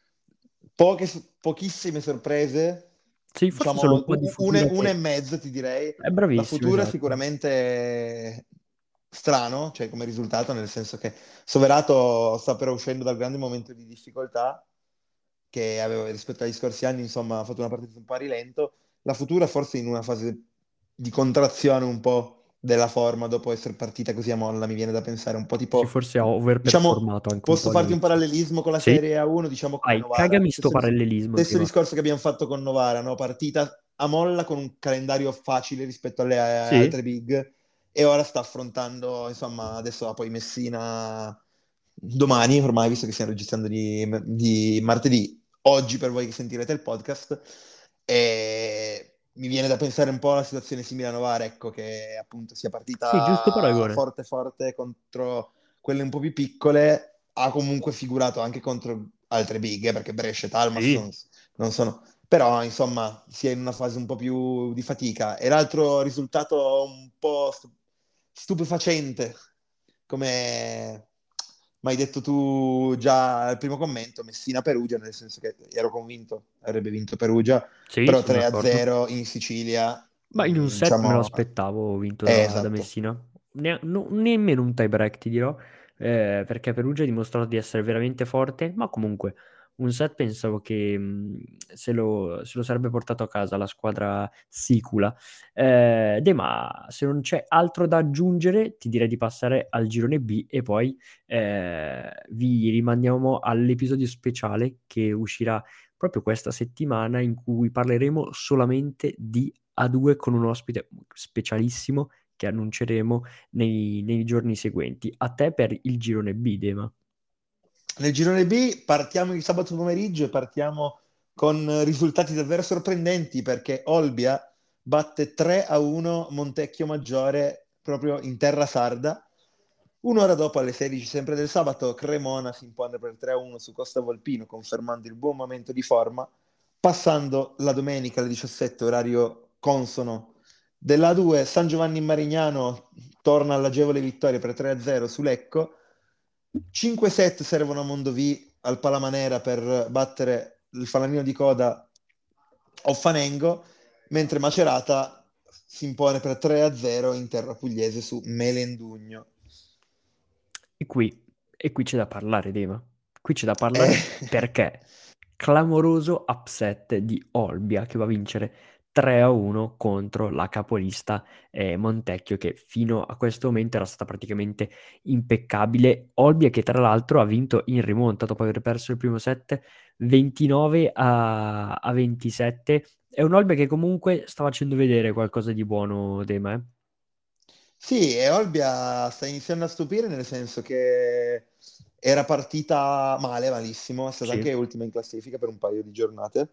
poche, pochissime sorprese, sì, forse solo un diciamo po' di u- una, Futura una e che mezzo ti direi. è La bravissimo, Futura esatto. sicuramente strano, cioè come risultato, nel senso che Soverato sta però uscendo dal grande momento di difficoltà che aveva rispetto agli scorsi anni, insomma, ha fatto una partita un po' a rilento. La Futura forse in una fase di contrazione un po' della forma dopo essere partita così a molla, mi viene da pensare, un po' Sì, tipo, forse ha diciamo, overperformato anche un po' posso farti un all'inizio. parallelismo con la Sì, Serie A uno, diciamo come vai, Novara. cagami sto Stesso, dis- parallelismo, stesso Simo. discorso che abbiamo fatto con Novara, no? Partita a molla con un calendario facile rispetto alle eh, Sì, altre big e ora sta affrontando, insomma, adesso ha poi Messina domani, ormai, visto che stiamo registrando di, di martedì, oggi per voi che sentirete il podcast, e mi viene da pensare un po' alla situazione simile a Novara, ecco, che appunto sia sì, giusto partita paragone. forte forte contro quelle un po' più piccole, ha comunque figurato anche contro altre big, eh, perché Brescia e Talmas non, Sì, non sono... Però, insomma, si è in una fase un po' più di fatica. E l'altro risultato un po' stu- stupefacente, come mi hai detto tu già al primo commento, Messina-Perugia, nel senso che ero convinto avrebbe vinto Perugia, sì, però sono d'accordo. tre a zero in Sicilia, Ma in un mh, set me lo diciamo, aspettavo vinto eh, da, da esatto. Messina. Ne- no- nemmeno un tie break, ti dirò. eh, perché Perugia ha dimostrato di essere veramente forte, ma comunque un set pensavo che mh, se lo, se lo sarebbe portato a casa la squadra sicula. Eh, De, ma se non c'è altro da aggiungere, ti direi di passare al girone B e poi eh, vi rimandiamo all'episodio speciale che uscirà proprio questa settimana in cui parleremo solamente di A due con un ospite specialissimo che annunceremo nei, nei giorni seguenti. A te per il girone B, Dema. Nel girone B partiamo il sabato pomeriggio e partiamo con risultati davvero sorprendenti perché Olbia batte tre a uno Montecchio Maggiore proprio in terra sarda. Un'ora dopo, alle sedici, sempre del sabato, Cremona si impone per tre a uno su Costa Volpino, confermando il buon momento di forma, passando la domenica alle diciassette, orario consono della A due. San Giovanni in Marignano torna all'agevole vittoria per tre a zero su Lecco. cinque set servono a Mondovì al Palamanera per battere il fanalino di coda Offanengo, mentre Macerata si impone per tre a zero in terra pugliese su Melendugno. E qui, e qui c'è da parlare, Dema. Qui c'è da Eh, parlare perché clamoroso upset di Olbia che va a vincere tre a uno contro la capolista eh, Montecchio che fino a questo momento era stata praticamente impeccabile. Olbia che tra l'altro ha vinto in rimonta dopo aver perso il primo set ventinove a, a ventisette. È un Olbia che comunque sta facendo vedere qualcosa di buono, Dema, eh? sì, e Olbia sta iniziando a stupire nel senso che era partita male, malissimo, è stata Sì. anche ultima in classifica per un paio di giornate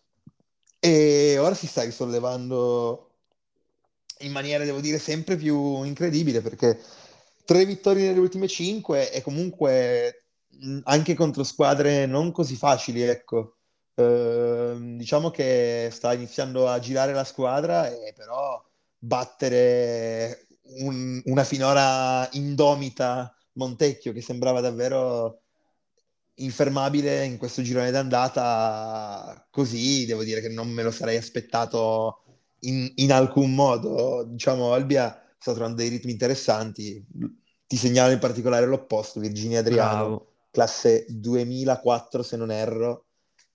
e ora si sta risollevando in maniera, devo dire, sempre più incredibile perché tre vittorie nelle ultime cinque e comunque mh, anche contro squadre non così facili, ecco. Ehm, diciamo che sta iniziando a girare la squadra e però battere un- una finora indomita Montecchio che sembrava davvero infermabile in questo girone d'andata, così devo dire che non me lo sarei aspettato in, in alcun modo. Diciamo, Olbia sta trovando dei ritmi interessanti. Ti segnalo in particolare l'opposto, Virginia Adriano, Bravo. classe duemilaquattro se non erro,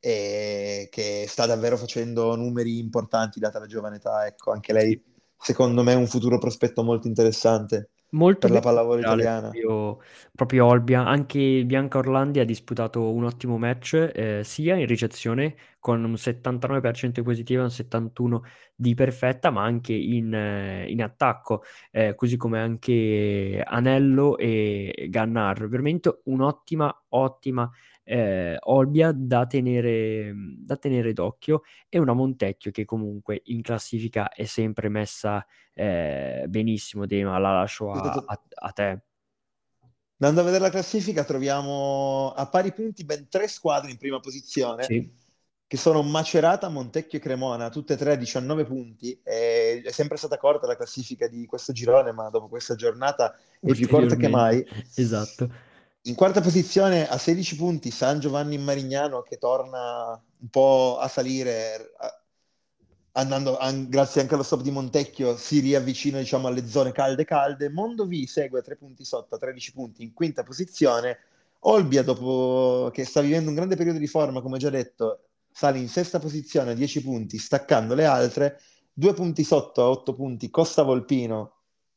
e che sta davvero facendo numeri importanti data la giovane età. Ecco, anche Sì. lei, secondo me, è un futuro prospetto molto interessante Molto per la bene, pallavolo generale, italiana. proprio, proprio Olbia. Anche Bianca Orlandi ha disputato un ottimo match, eh, sia in ricezione con un settantanove per cento di positiva e un settantuno di perfetta, ma anche in, eh, in attacco, eh, così come anche Anello e Gannar. Veramente un'ottima, ottima eh, Olbia da tenere, da tenere d'occhio e una Montecchio che comunque in classifica è sempre messa eh, benissimo, Dema, la lascio a, a- a te. Andando a vedere la classifica, troviamo a pari punti ben tre squadre in prima posizione, Sì, che sono Macerata, Montecchio e Cremona, tutte e tre a diciannove punti. E è sempre stata corta la classifica di questo girone, ma dopo questa giornata è più corta che ulteriormente, mai. esatto. In quarta posizione a sedici punti San Giovanni in Marignano che torna un po' a salire, a- andando, an- grazie anche allo stop di Montecchio, si riavvicina diciamo alle zone calde calde. Mondovì segue a tre punti sotto, a tredici punti in quinta posizione. Olbia, dopo che sta vivendo un grande periodo di forma, come già detto, sale in sesta posizione a dieci punti, staccando le altre. Due punti sotto, a otto punti, Costa Volpino,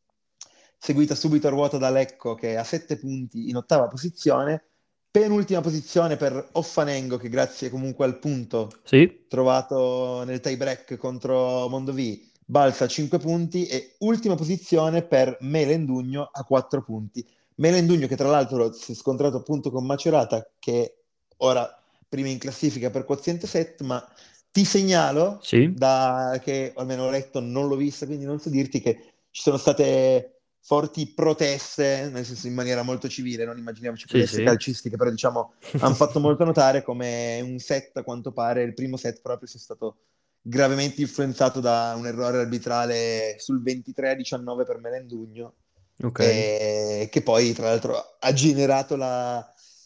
seguita subito a ruota da Lecco che ha sette punti in ottava posizione. Penultima posizione per Offanengo che grazie comunque al punto Sì, trovato nel tie break contro Mondovì balza a cinque punti e ultima posizione per Melendugno a quattro punti. Melendugno che tra l'altro si è scontrato appunto con Macerata che ora prima in classifica per quoziente set, ma ti segnalo sì, da che almeno ho letto, non l'ho vista, quindi non so dirti che ci sono state forti proteste, nel senso in maniera molto civile, non immaginiamoci sì, proteste sì. calcistiche, però diciamo hanno fatto molto notare come un set, a quanto pare, il primo set proprio sia stato gravemente influenzato da un errore arbitrale sul ventitré a diciannove per Melendugno, Ok. e che poi tra l'altro ha generato la,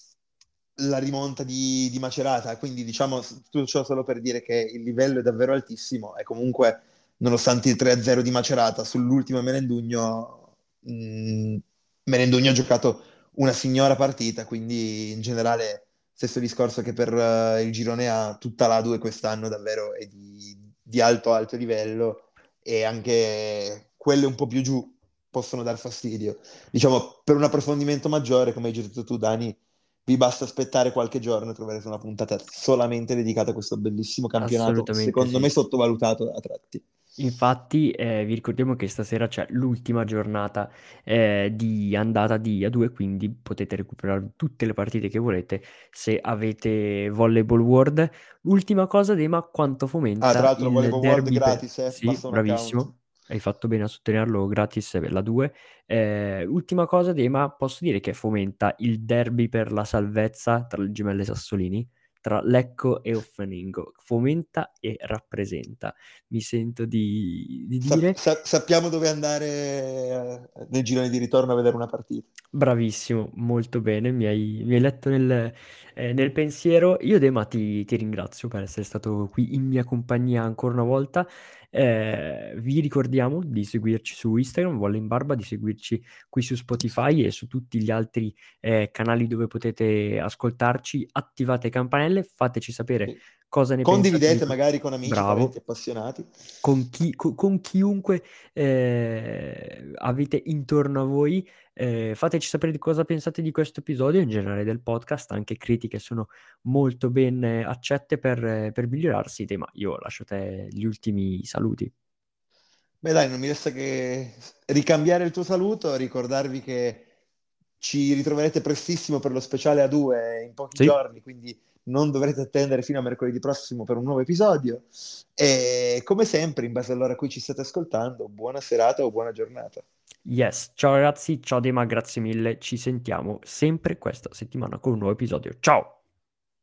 la rimonta di, di Macerata. Quindi diciamo tutto ciò solo per dire che il livello è davvero altissimo e comunque nonostante il tre a zero di Macerata sull'ultimo Melendugno, mh, Melendugno ha giocato una signora partita, quindi in generale stesso discorso che per eh, il girone A, tutta la A due quest'anno davvero è di, di alto alto livello e anche quelle un po' più giù possono dar fastidio. Diciamo, per un approfondimento maggiore, come hai già detto tu, Dani, vi basta aspettare qualche giorno e troverete una puntata solamente dedicata a questo bellissimo campionato, Assolutamente secondo me sì. sottovalutato a tratti. Infatti, eh, vi ricordiamo che stasera c'è l'ultima giornata eh, di andata di A due, quindi potete recuperare tutte le partite che volete se avete Volleyball World. Ultima cosa, Dema, quanto Ah, tra fomenta l'altro il volevo World derby per... gratis, eh? Sì, Basta un account. bravissimo, hai fatto bene a sottolinearlo, gratis eh, la due. Eh, ultima cosa, Dema, posso dire che fomenta il derby per la salvezza tra le gemelle Sassolini, tra Lecco e Offeningo. Fomenta e rappresenta, mi sento di, di Sa- dire. sa- sappiamo dove andare eh, nel girone di ritorno a vedere una partita. Bravissimo, molto bene, mi hai, mi hai letto nel, eh, nel pensiero. Io, Dema, ti, ti ringrazio per essere stato qui in mia compagnia ancora una volta. Eh, vi ricordiamo di seguirci su Instagram, Volle in Barba, di seguirci qui su Spotify e su tutti gli altri eh, canali dove potete ascoltarci. Attivate campanelle, fateci sapere Sì. cosa ne pensate di Condividete questo. magari con amici, parenti Bravo, appassionati. con chi- co- con chiunque eh, avete intorno a voi. Eh, fateci sapere di cosa pensate di questo episodio, in generale del podcast. Anche critiche sono molto ben eh, accette per, eh, per migliorarsi. Te, ma io lascio a te gli ultimi saluti. Beh, dai, non mi resta che ricambiare il tuo saluto, ricordarvi che ci ritroverete prestissimo per lo speciale A due in pochi Sì? giorni, quindi non dovrete attendere fino a mercoledì prossimo per un nuovo episodio. E come sempre, in base all'ora a cui ci state ascoltando, buona serata o buona giornata. Yes. Ciao ragazzi, ciao Dema, grazie mille. Ci sentiamo sempre questa settimana con un nuovo episodio. Ciao!